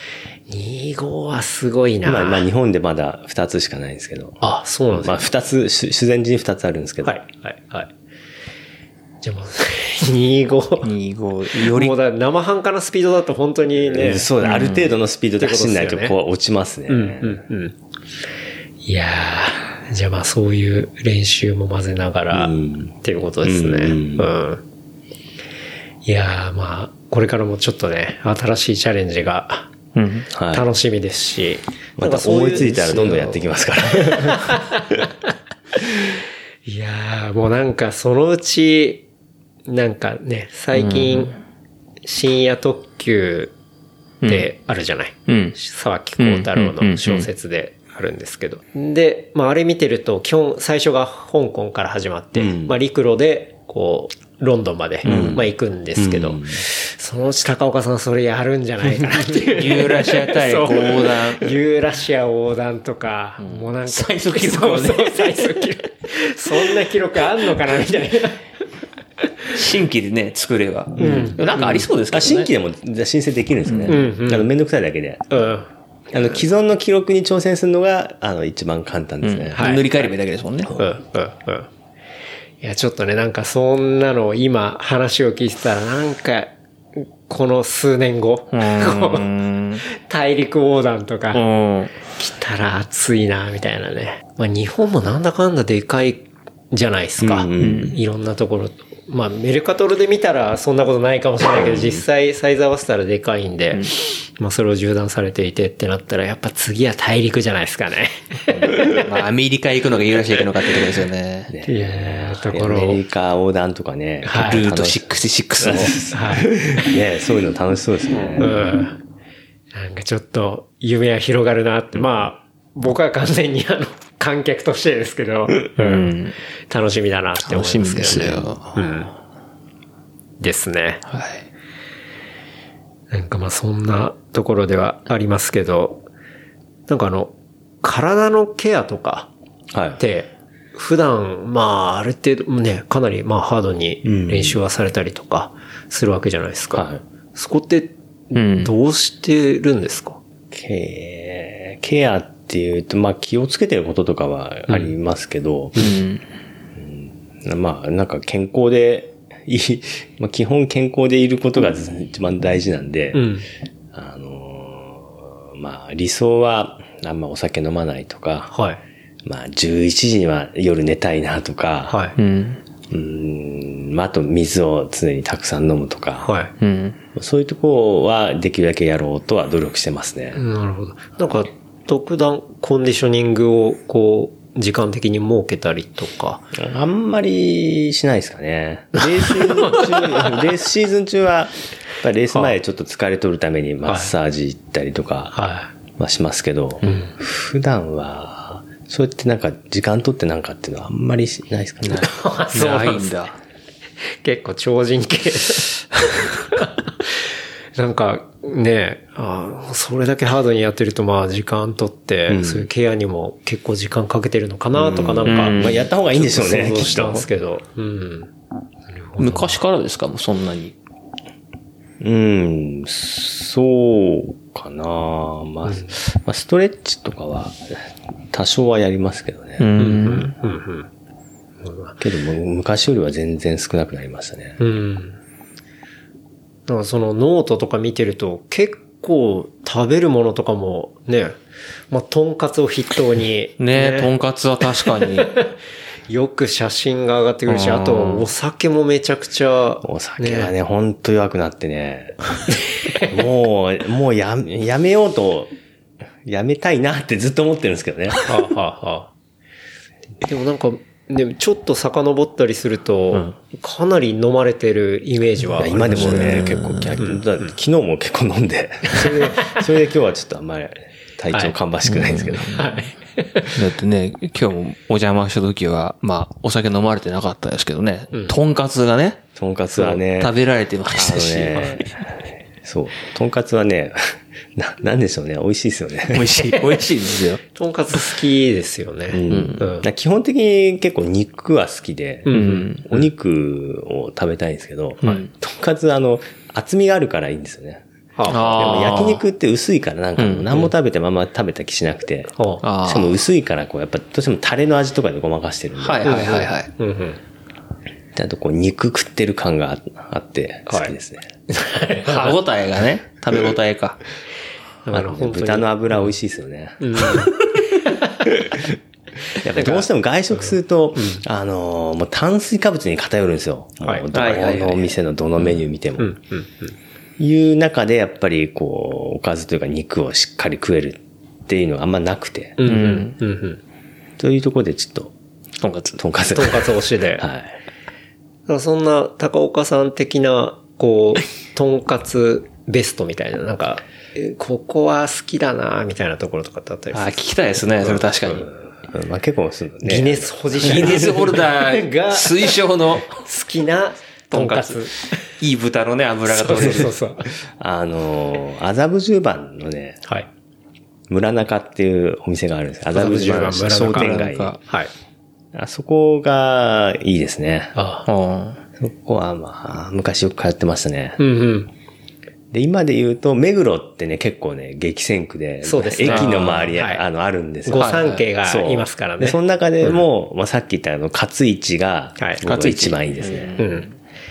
25はすごいな。 まあ日本でまだ2つしかないんですけど。 あ、そうなんですか。 まあ2つ、修善寺に2つあるんですけど。 はい。じゃあもう、25。より。もうだ生半可なスピードだと本当にね。 そうだ、ある程度のスピードで走んないとこう落ちますね。 いやー、じゃあまあそういう練習も混ぜながら、っていうことですね。いやーまあ、これからもちょっとね、新しいチャレンジが、楽しみですし。 また思いついたらどんどんやっていきますから。 いやー、もうなんかそのうち、なんかね、最近、深夜特急ってあるじゃない。沢木耕太郎の小説であるんですけど。で、まああれ見てると、基本最初が香港から始まって、まあ陸路で、こう、ロンドンまで、まあ行くんですけど、そのうち高岡さんそれやるんじゃないかなっていう。 ユーラシア大陸横断。 ユーラシア横断とか、もうなんか。 最速記録をね。 最速記録。そんな記録あんのかなみたいな。 新規でね、作れば。なんかありそうですけどね。 新規でも申請できるんですよね。めんどくさいだけで。既存の記録に挑戦するのが、一番簡単ですね。 塗り替えればいいだけですもんね。 いや、ちょっとね、なんかそんなの今話を聞いてたらなんか、この数年後、大陸横断とか、来たら熱いな、みたいなね。まあ日本もなんだかんだでかいじゃないですか。いろんなところまあメルカトルで見たらそんなことないかもしれないけど、実際サイズ合わせたらでかいんで、まあそれを縦断されていてってなったら、やっぱ次は大陸じゃないですかね。 まあアメリカ行くのかユーラシア行くのかってところですよね。 いやところ。 アメリカ横断とかね。 はい、 ルート66を。 はい。 ね、そういうの楽しそうですね。 うん。なんかちょっと夢は広がるなって、まあ僕は完全に観客としてですけど、うん、楽しみだなって思いますけどね。楽しみですよ。うん。ですね。 はい。 なんかまあそんなところではありますけど、なんか体のケアとかって、普段、まあある程度ね、かなりまあハードに練習はされたりとかするわけじゃないですか。はい、そこってどうしてるんですか？ ケアっていうと、まあ気をつけてることとかはありますけど、まあなんか健康でまあ基本健康でいることが一番大事なんで、まあ理想はあんまお酒飲まないとか、はい、まあ11時には夜寝たいなとか、はい、まあ、あと水を常にたくさん飲むとか、はい、そういうところはできるだけやろうとは努力してますね。 なるほど。なんか特段コンディショニングをこう時間的に設けたりとか。 あんまりしないですかね。レースシーズン中は、やっぱりレース前ちょっと疲れ取るためにマッサージ行ったりとかはしますけど、普段は、そうやってなんか時間取ってなんかっていうのはあんまりないですかね。 そうなんだ。結構超人系。なんかね、それだけハードにやってるとまあ時間取って、そういうケアにも結構時間かけてるのかなとかなんか、 まあやった方がいいんでしょうね。 想像したんですけど。 昔からですかもうそんなに。 そうかな。まあストレッチとかは多少はやりますけどね。けども昔よりは全然少なくなりましたね。 だからそのノートとか見てると結構食べるものとかもね、まあとんかつを筆頭にね、とんかつは確かによく写真が上がってくるし、あとお酒もめちゃくちゃ、 お酒はねほんと弱くなってね、もうやめようとやめたいなってずっと思ってるんですけどね。 でもなんかでちょっと遡ったりすると、かなり飲まれてるイメージはありますね。 今でもね、結構、昨日も結構飲んで、それで今日はちょっとあんまり体調芳しくないんですけど。 だってね、今日もお邪魔した時は、まあ、お酒飲まれてなかったですけどね、とんかつがね、 とんかつはね、 食べられてましたし。 そう、とんかつはね、なんでしょうね。美味しいですよね。 美味しいですよ。 とんかつ好きですよね。 基本的に結構肉は好きで、お肉を食べたいんですけど、とんかつ厚みがあるからいいんですよね。でも焼肉って薄いからなんか何も食べてまま食べた気しなくて、しかも薄いからこうやっぱどうしてもタレの味とかでごまかしてるんで。あとこう肉食ってる感があって好きですね。 歯応えがね、食べ応えか。 豚の脂美味しいですよね。やっぱりどうしても外食すると、もう炭水化物に偏るんですよ。どこのお店のどのメニュー見ても。いう中でやっぱりこう、おかずというか肉をしっかり食えるっていうのがあんまなくて。というところでちょっと、 とんかつ推しで。はい。そんな高岡さん的な、こう、とんかつベストみたいな、なんか、ここは好きだなみたいなところとかってあったりする？ 聞きたいですね、それ確かに。 まあ結構ね。 ギネス保持者。 ギネスホルダーが推奨の好きなとんかつ。 いい豚のね、脂が取れる。 そう。 麻布十番のね、はい。村中っていうお店があるんです。麻布十番商店街。はい。あそこがいいですね。そこはまあ、昔よく通ってましたね。で、今で言うと、目黒ってね、結構ね、激戦区で、そうですね。駅の周り、あるんですよ。 御三家がいますからね。 で、その中でも、まあ、さっき言った勝市が、一番いいですね。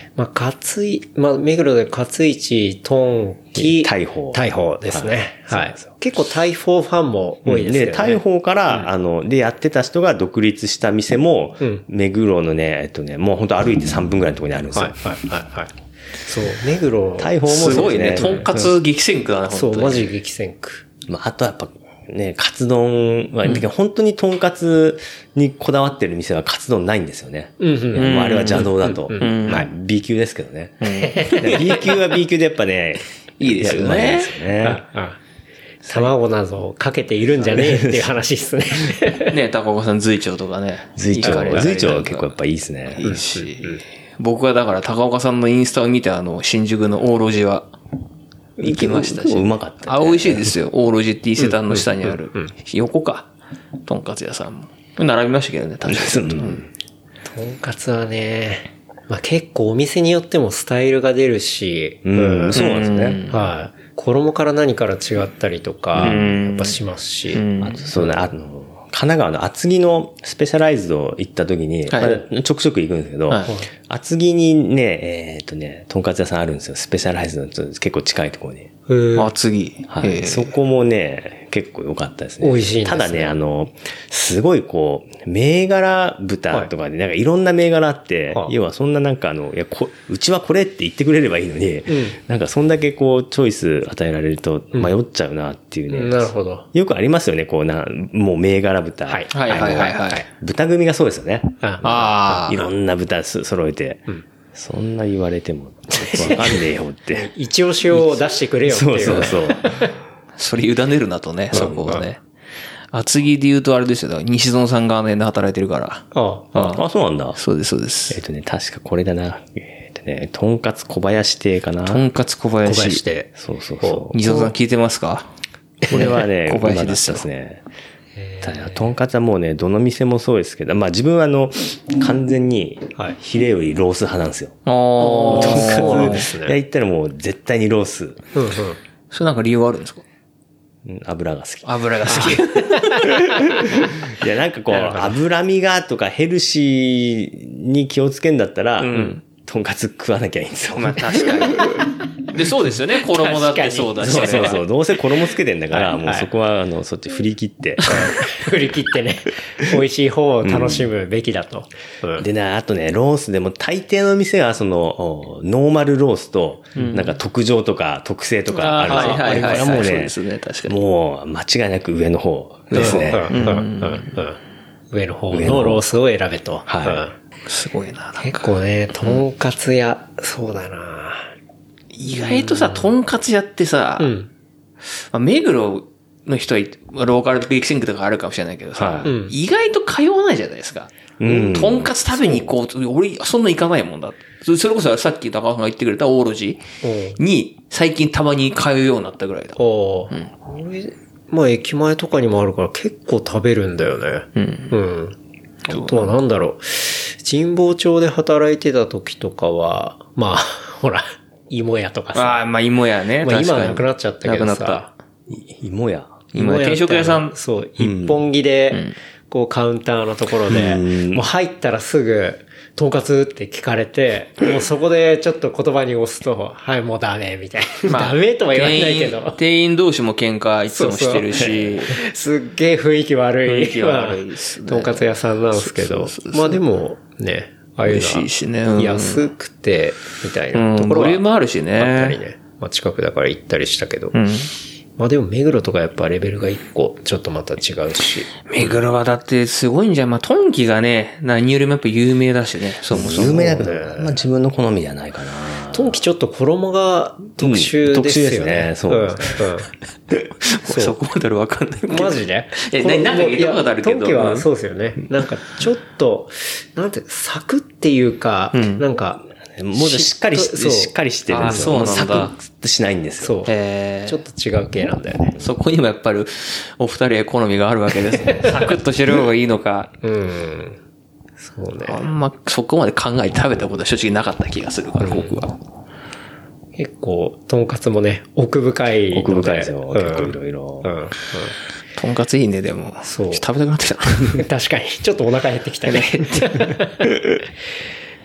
まあ、目黒で勝一、トンキ、 大砲ですね。はい。結構大砲ファンも多いですよね。 で、大砲から、で、やってた人が独立した店も、目黒のね、もう本当歩いて3分ぐらいのところにあるんですよ。 はい。そう、目黒。 大砲もすごいね。とんかつ激戦区だね、 そう、マジ激戦区。 まあ、あとやっぱ、ね、カツ丼は、本当にとんかつにこだわってる店はカツ丼ないんですよね。あれは邪道だと。まあ、B 級ですけどね。B 級は B 級でやっぱね、 いいですよね。 卵などかけているんじゃねえっていう話っすね。 ね、高岡さん随長とかね。 随長は結構やっぱいいですね。 いいし。僕はだから高岡さんのインスタを見て新宿の大路地は、行きましたし。 うまかった、 ね。美味しいですよ。大路地って伊勢丹の下にある。横か。とんかつ屋さんも。並びましたけどね、確かに。 とんかつはね、まあ結構お店によってもスタイルが出るし、 そうなんですね。 はい。衣から何から違ったりとか、やっぱしますし。 あと、そうね、神奈川の厚木のスペシャライズド行った時に、ちょくちょく行くんですけど、厚木にね、とんかつ屋さんあるんですよ。スペシャライズドの結構近いところに。 厚木。 はい。そこもね、結構良かったですね。 美味しいんですね。 ただね、すごいこう、銘柄豚とかで、なんかいろんな銘柄あって、要はそんななんかうちはこれって言ってくれればいいのに、なんかそんだけこう、チョイス与えられると迷っちゃうなっていうね。 なるほど。 よくありますよね、こうもう銘柄豚。 はい。 豚組がそうですよね。 ああ。 いろんな豚揃えて。そんな言われても、わかんねえよって。 一押しを出してくれよっていう。 そう。 それ委ねるなとね、そこをね。厚木で言うとあれですよ。西園さんがあの辺で働いてるから。 あ、そうなんだ。 そうです、そうです。 確かこれだな。とんかつ小林亭かな。 とんかつ小林亭。 そう。 西園さん聞いてますか？ これはね、 小林ですね。とんかつはもうね、どの店もそうですけど、まあ自分は完全に、ヒレよりロース派なんですよ。とんかつ屋行ったらもう絶対にロース。 それなんか理由はあるんですか？ 油が好き。 油が好き。 いや、なんかこう、脂身がとかヘルシーに気をつけんだったら、とんかつ食わなきゃいいんですよ。 まあ確かに。で、そうですよね。衣だってそうだし。 そう。どうせ衣つけてんだから、もうそこは、そっち振り切って。 振り切ってね、美味しい方を楽しむべきだと。 でね、あとね、ロースでも大抵の店は、ノーマルロースと、なんか特上とか特製とかあるんですよ。これはもうね、もう間違いなく上の方ですね。 上の方のロースを選べと。 すごいな。 結構ね、とんかつ屋、そうだな。 意外とさ、とんかつ屋ってさ、目黒の人はローカル激戦区とかあるかもしれないけどさ、意外と通わないじゃないですか。とんかつ食べに行こうと、俺そんな行かないもんだ。それこそさっき高橋が言ってくれた大路地に最近たまに通うようになったぐらいだ。 まあ駅前とかにもあるから結構食べるんだよね。あとはなんだろう。神保町で働いてた時とかは、まあ、ほら、芋屋とかさ。 まあ芋屋ね。 まあ今はなくなっちゃったけどさ。なくなった。 芋屋定食屋さん。 そう、一本木で、こうカウンターのところで、もう入ったらすぐ、とんかつって聞かれて、もうそこでちょっと言葉に押すと、はい、もうダメ、みたいな。ダメとは言わないけど。 店員同士も喧嘩いつもしてるし。 すっげえ雰囲気悪い。 雰囲気悪いですね。 とんかつ屋さんなんですけど。まあでも、ね、ああいうのは安くて、みたいなところは。 ボリュームあるしね。 あったりね。まあ近くだから行ったりしたけど。まあでも目黒とかやっぱレベルが一個ちょっとまた違うし。 目黒はだってすごいんじゃん。まあトンキがね、何よりもやっぱ有名だしね。そもそも。 有名だけど、まあ自分の好みじゃないかな。 トンキちょっと衣が特殊ですよね。 そうですね。 そこまでわかんないけど。 マジで？ なんか言ったことあるけど。 トンキはそうですよね。なんかちょっと、なんて、サクっていうか、なんか、 もうしっかりしてるんですよ。 そうなんだ。 サクッとしないんですよ。 そう。ちょっと違う系なんだよね。 そこにもやっぱりお二人は好みがあるわけですね。サクッとしてる方がいいのか。 そうね。 あんまそこまで考えて食べたことは正直なかった気がするから、僕は。 結構、とんかつもね、奥深い。 奥深いですよ。結構いろいろ。 とんかついいね、でも。そう。食べたくなってきた。 確かに。ちょっとお腹減ってきたね。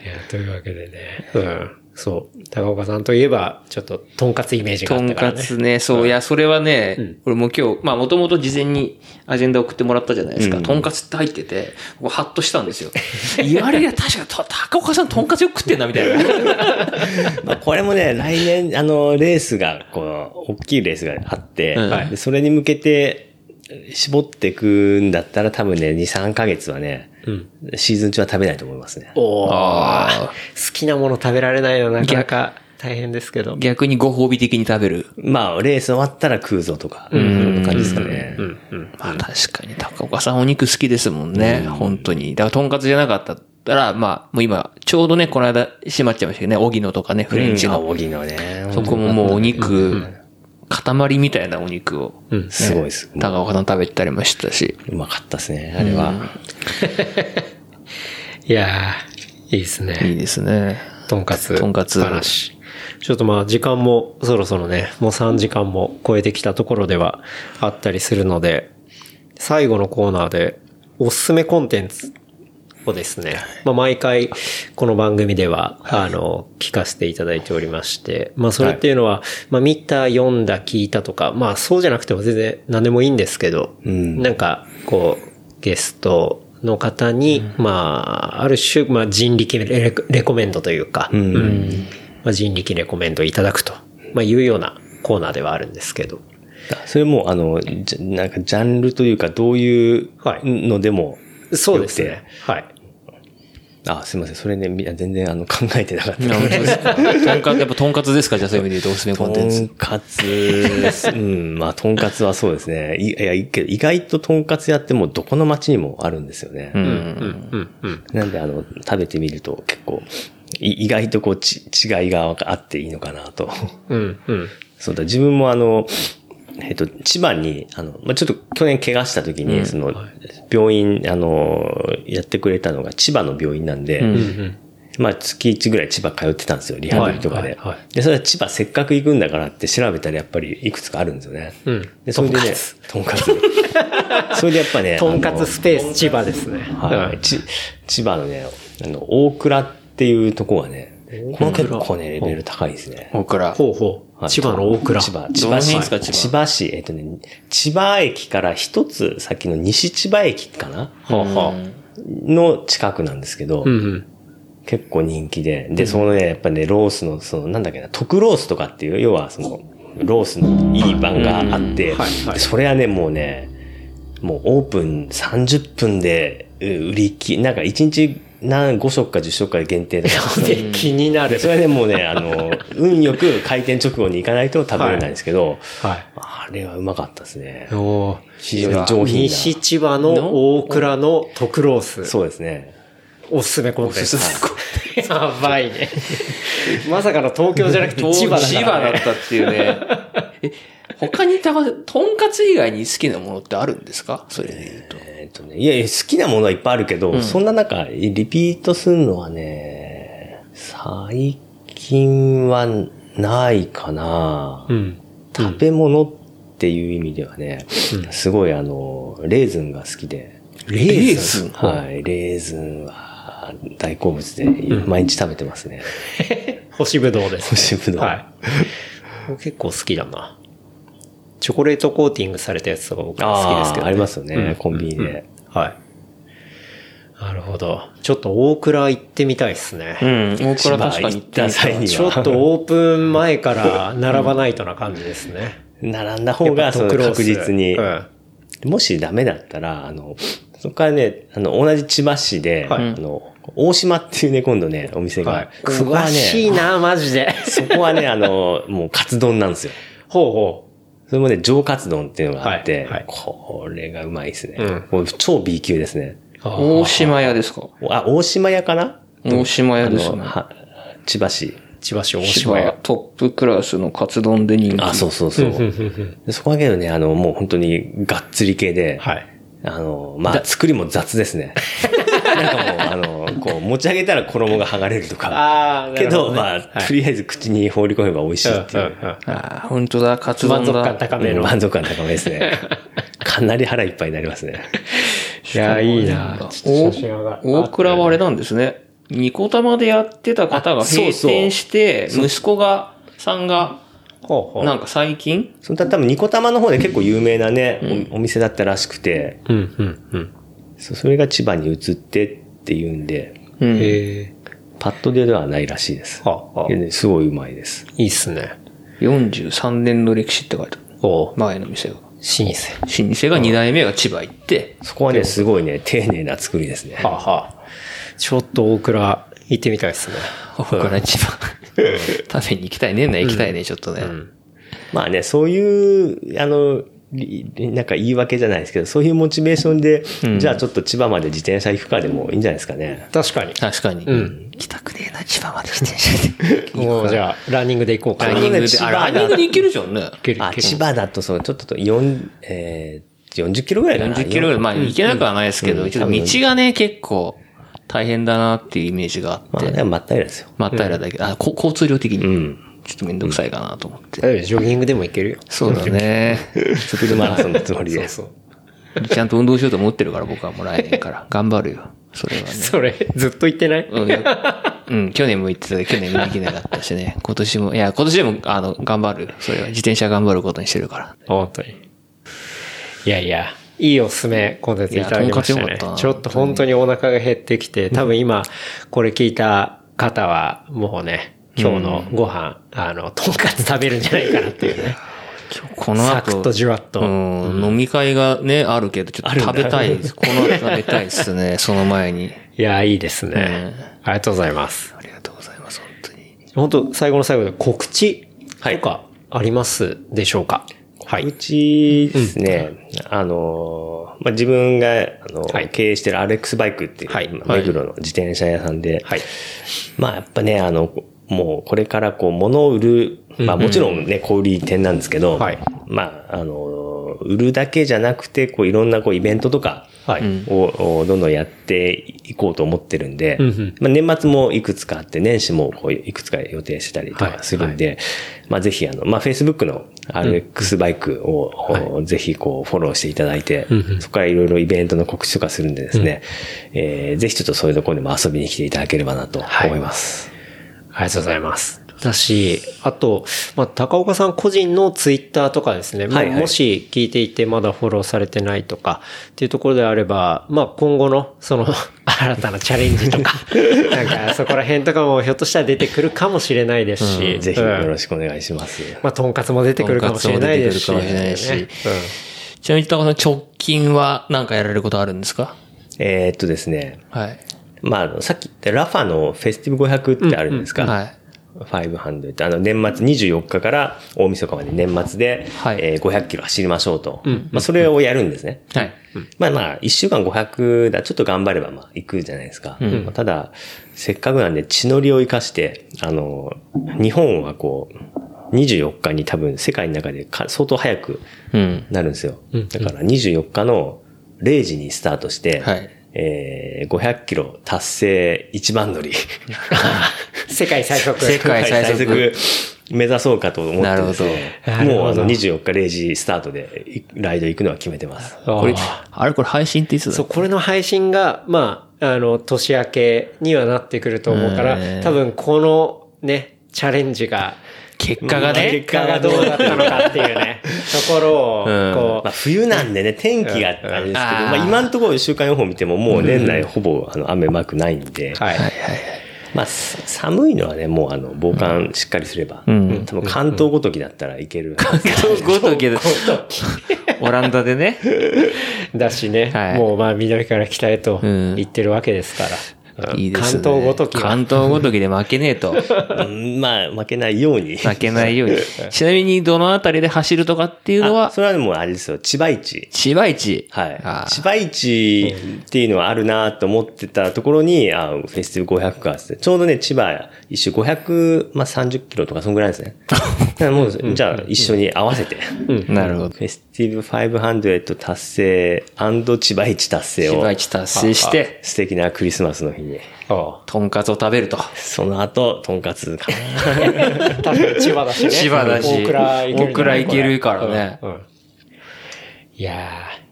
というわけでね。そう。高岡さんといえば、ちょっと、とんかつイメージがあったからね。 とんかつね、そう、いや、それはね、俺も今日、まあ、もともと事前にアジェンダ送ってもらったじゃないですか。とんかつって入ってて、僕ハッとしたんですよ。言われりゃ確か高岡さんとんかつよく食ってんな、みたいな。 まあこれもね、来年、レースが、大きいレースがあって、でそれに向けて、絞っていくんだったら多分ね、2、3ヶ月はね、シーズン中は食べないと思いますね。 好きなもの食べられないのなかなか大変ですけど。 逆にご褒美的に食べる。 まあ、レース終わったら食うぞとか、そんな感じですかね。 まあ確かに高岡さんお肉好きですもんね。本当に。だからとんかつじゃなかったら、まあ、もう今、ちょうどね、この間閉まっちゃいましたけどね、荻野とかね、フレンチの。 荻野ね。 そこももうお肉、塊みたいなお肉を、 すごいです。 高岡さん食べたりもしたし。 うまかったですね、あれは。 いやー、いいですね。 いいですね。 とんかつ。 とんかつ話。ちょっとまあ時間もそろそろね、もう3時間も超えてきたところではあったりするので、最後のコーナーでおすすめコンテンツをですね、まあ毎回この番組では、聞かせていただいておりまして、まあそれっていうのは、まあ見た、読んだ、聞いたとか、まあそうじゃなくても全然何でもいいんですけど、なんかこう、ゲストの方に、まあ、ある種、まあ人力レコメンドというか、まあ、人力レコメンドいただくと、まあいうようなコーナーではあるんですけど。 それも、なんかジャンルというか、どういうのでも、 そうですね。はい。 すいません。それね、全然考えてなかった。 本当ですか。やっぱとんかつですか？じゃあそういう意味で言うとおすすめコンテンツ。 とんかつ、まあとんかつはそうですね。意外ととんかつ屋ってもうどこの町にもあるんですよね。なんで食べてみると結構、意外とこう違いがあっていいのかなと。そうだ、自分も千葉に、まあ、ちょっと去年怪我した時に、病院、やってくれたのが千葉の病院なんで、まあ、月1ぐらい千葉通ってたんですよ、リハビリとかで。で、それは千葉せっかく行くんだからって調べたらやっぱりいくつかあるんですよね。で、それでね、とんかつ。それでやっぱね、 とんかつスペース千葉ですね。 はい。千葉のね、大倉っていうとこがね、この結構ね、レベル高いですね。 大倉。 ほうほう。千葉の大倉。 千葉市、千葉駅から一つ先の西千葉駅かなの近くなんですけど、結構人気で、で、そのね、やっぱね、ロースの、なんだっけな、特ロースとかっていう、要はロースのいい版があって、それはね、もうオープン30分で売り切り、なんか1日5食か10食かで限定だから。 気になる。 それでもうね、運よく開店直後に行かないと食べれないんですけど、あれはうまかったですね。非常に上品な。 西千葉の大倉の特ロース。 そうですね。 おすすめコンテンツ。やばいね。まさかの東京じゃなくて千葉だった。 千葉だったっていうね。他にとんかつ以外に好きなものってあるんですか？それで言うと。 いや、好きなものはいっぱいあるけど、そんな中、リピートするのはね、最近はないかな。食べ物っていう意味ではね、すごいレーズンが好きで。 レーズン？ はい、レーズンは大好物で、毎日食べてますね。 干しぶどうです。 干しぶどう。 はい。結構好きだな。チョコレートコーティングされたやつとか僕は好きですけどね。 ありますよね、コンビニで。 はい。なるほど。ちょっと大倉行ってみたいですね。 大倉確かに行った際にちょっとオープン前から並ばないとな感じですね。 並んだ方が確実に。もしダメだったら、そこからね、同じ千葉市で、大島っていうね、今度ね、お店が。 詳しいな、マジで。 そこはね、もうカツ丼なんですよ。 ほうほう。 それもね、上カツ丼っていうのがあって、これがうまいですね。超 B 級ですね。 大島屋ですか？ 大島屋かな？ 大島屋ですね。 千葉市大島屋。 トップクラスのカツ丼で人気。 そう。そこだけどね、もう本当にがっつり系で、まあ、作りも雑ですね。なんかもう、こう、持ち上げたら衣が剥がれるとか。けど、まあ、とりあえず口に放り込めば美味しいっていう。 本当だ、カツ丼だ。 満足感高めの。 満足感高めですね。かなり腹いっぱいになりますね。 いや、いいな。 大倉はあれなんですね。 ニコタマでやってた方が閉店して、息子さんが、なんか最近多分ニコタマの方で結構有名なね、お店だったらしくて、それが千葉に移ってっていうんで、パッとではないらしいです。すごいうまいです。 いいっすね。 43年の歴史って書いてある。前の店が。 老舗が2代目が千葉行って、 そこはね、すごいね、丁寧な作りですね。 ちょっと大倉行ってみたいですね。 大倉千葉。食べに行きたいね。行きたいね、ちょっとね。 まあね、そういう、なんか言い訳じゃないですけど、そういうモチベーションで、じゃあちょっと千葉まで自転車行くかでもいいんじゃないですかね。 確かに。 行きたくねえな、千葉まで自転車で。 もうじゃあ、ランニングで行こうかな。 ランニングで行けるじゃんね。 千葉だとちょっと40キロぐらいかな。 40キロぐらい。まあ行けなくはないですけど、ちょっと道がね、結構大変だなっていうイメージがあって。 まあでも真っ平らですよ。 真っ平らだけど、交通量的に。ちょっとめんどくさいかなと思って。 ジョギングでもいけるよ。 そうだね。 スピードマラソンのつもりで。 ちゃんと運動しようと思ってるから僕はもう来年から頑張るよ。それはね。 それ、ずっと言ってない？ 去年も言ってたけど、去年もできなかったしね。今年でも、頑張る。それは自転車頑張ることにしてるから。 本当に。いいおすすめコンテンツいただきましたね。ちょっと本当にお腹が減ってきて、多分今、これ聞いた方は、もうね、今日のご飯、とんかつ食べるんじゃないかなっていうね。 この後。 サクッとじゅわっと。 飲み会がね、あるけど、ちょっと食べたいです。この後食べたいですね、その前に。 いや、いいですね。ありがとうございます。 ありがとうございます、本当に。 本当最後の最後で告知とかありますでしょうか？ 告知ですね。自分が、経営してる RX バイクっていう、目黒の自転車屋さんで、まあやっぱね、もうこれから物を売る、まあもちろんね、小売店なんですけど、まあ、売るだけじゃなくて、いろんなイベントとかをどんどんやっていこうと思ってるんで、まあ年末もいくつかあって、年始もいくつか予定したりとかするんで、まあぜひまあ Facebook の RX バイクをぜひフォローしていただいて、そこからいろいろイベントの告知とかするんでですね、ぜひちょっとそういうところでも遊びに来ていただければなと思います。 ありがとうございます。だし、あと、まあ、高岡さん個人のツイッターとかですね、もし聞いていてまだフォローされてないとかっていうところであれば、まあ、今後の新たなチャレンジとか、なんかそこら辺とかもひょっとしたら出てくるかもしれないですし、 ぜひよろしくお願いします。 まあ、とんかつも出てくるかもしれないですし、 ちなみに高岡さん直近は何かやられることあるんですか？ ですね。まあ、さっき言ったラファのフェスティブ500ってあるんですか？500。年末24日から大晦日まで年末で、500キロ走りましょうと。まあ、それをやるんですね。まあ、1週間500だ、ちょっと頑張れば、まあ、行くじゃないですか。ただ、せっかくなんで地の利を生かして、日本は24日に多分世界の中で相当早くなるんですよ。だから24日の0時にスタートして、500キロ達成一番乗り。 世界最速。 世界最速目指そうかと思ってですね。もう24日0時スタートでライド行くのは決めてます。 これ配信っていつだ？ そう、これの配信が、まあ、年明けにはなってくると思うから、多分このね、チャレンジが、 結果がどうだったのかっていうね、ところを、 まあ冬なんでね、天気があれですけど、まあ今のところ週間予報見てももう年内ほぼ雨マークないんで、まあ寒いのはね、もう防寒しっかりすれば、多分関東ごときだったらいける。 関東ごときで、オランダでね。 だしね、もうまあ南から北へと行ってるわけですから。 いいですね。 関東ごとき。 関東ごときで負けねえと。 まあ、負けないように。 負けないように。ちなみに、どのあたりで走るとかっていうのはそれはもうあれですよ、千葉市。 千葉市。 はい。千葉市っていうのはあるなと思ってたところに、フェスティブ500かって、ちょうどね、千葉一周500、まあ30キロとかそんぐらいですね。だからもう、じゃあ一緒に合わせて。 なるほど。 フェスティブ500達成&千葉市達成を。 千葉市達成して、 素敵なクリスマスの日に。 とんかつを食べると。 その後、とんかつかな。多分千葉だしね。 千葉だし。 大倉行けるからね。 いや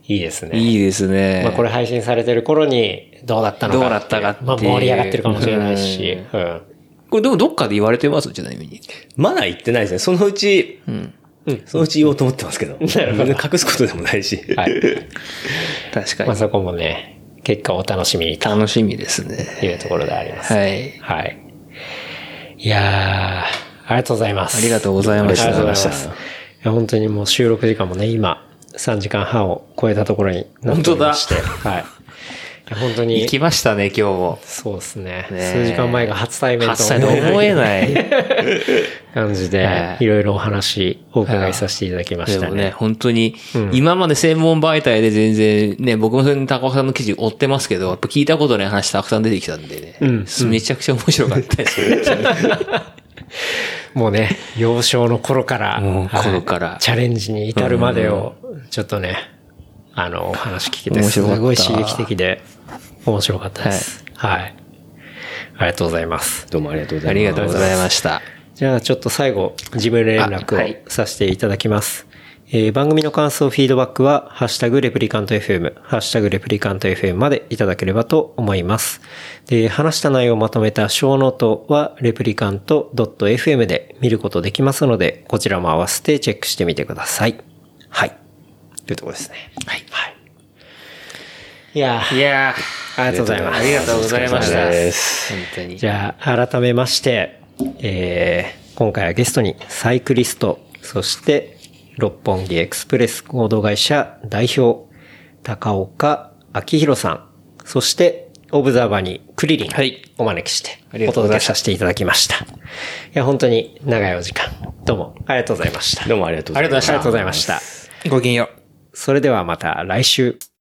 いいですね。 いいですね。 まあこれ配信されてる頃にどうだったのか。 どうだったかっていう。 まあ盛り上がってるかもしれないし。 これでもどっかで言われてますちなみに。 まだ言ってないですね。そのうち、そのうち言おうと思ってますけど。隠すことでもないし。 はい。 確かに。 まあそこもね、結果をお楽しみにと。 楽しみですね。 いうところであります。 はい。 はい。いやー、ありがとうございます。 ありがとうございました。 ありがとうございます。いや本当にもう収録時間もね、今、3時間半を超えたところになっておりまして。本当だ。はい。本当に。 行きましたね、今日も。 そうですね。数時間前が初対面と初対面と思えない感じで、いろいろお話お伺いさせていただきましたね。 でもね、本当に、今まで専門媒体で全然ね、僕もその高岡さんの記事追ってますけど、やっぱ聞いたことない話たくさん出てきたんでね。めちゃくちゃ面白かったですね。 もうね、幼少の頃から、チャレンジに至るまでを、ちょっとね、お話聞けて、すごい刺激的で、面白かったです。はい。ありがとうございます。 どうもありがとうございます。 ありがとうございました。 じゃあちょっと最後、事務連絡をさせていただきます。番組の感想、フィードバックは、ハッシュタグレプリカント FM、ハッシュタグレプリカント FM までいただければと思います。で、話した内容をまとめた小ノートは、レプリカント .fm で見ることできますので、こちらも合わせてチェックしてみてください。はい。というところですね。はい。はい。いやー、ありがとうございます。 ありがとうございました。本当に。 じゃあ、改めまして、今回はゲストにサイクリスト、そして六本木エクスプレス合同会社代表、高岡明宏さん、そしてオブザーバーにクリリンお招きしてお届けさせていただきました。いや、本当に長いお時間、どうもありがとうございました。 どうもありがとうございました。 ありがとうございました。 ごきげんよう。 それではまた来週。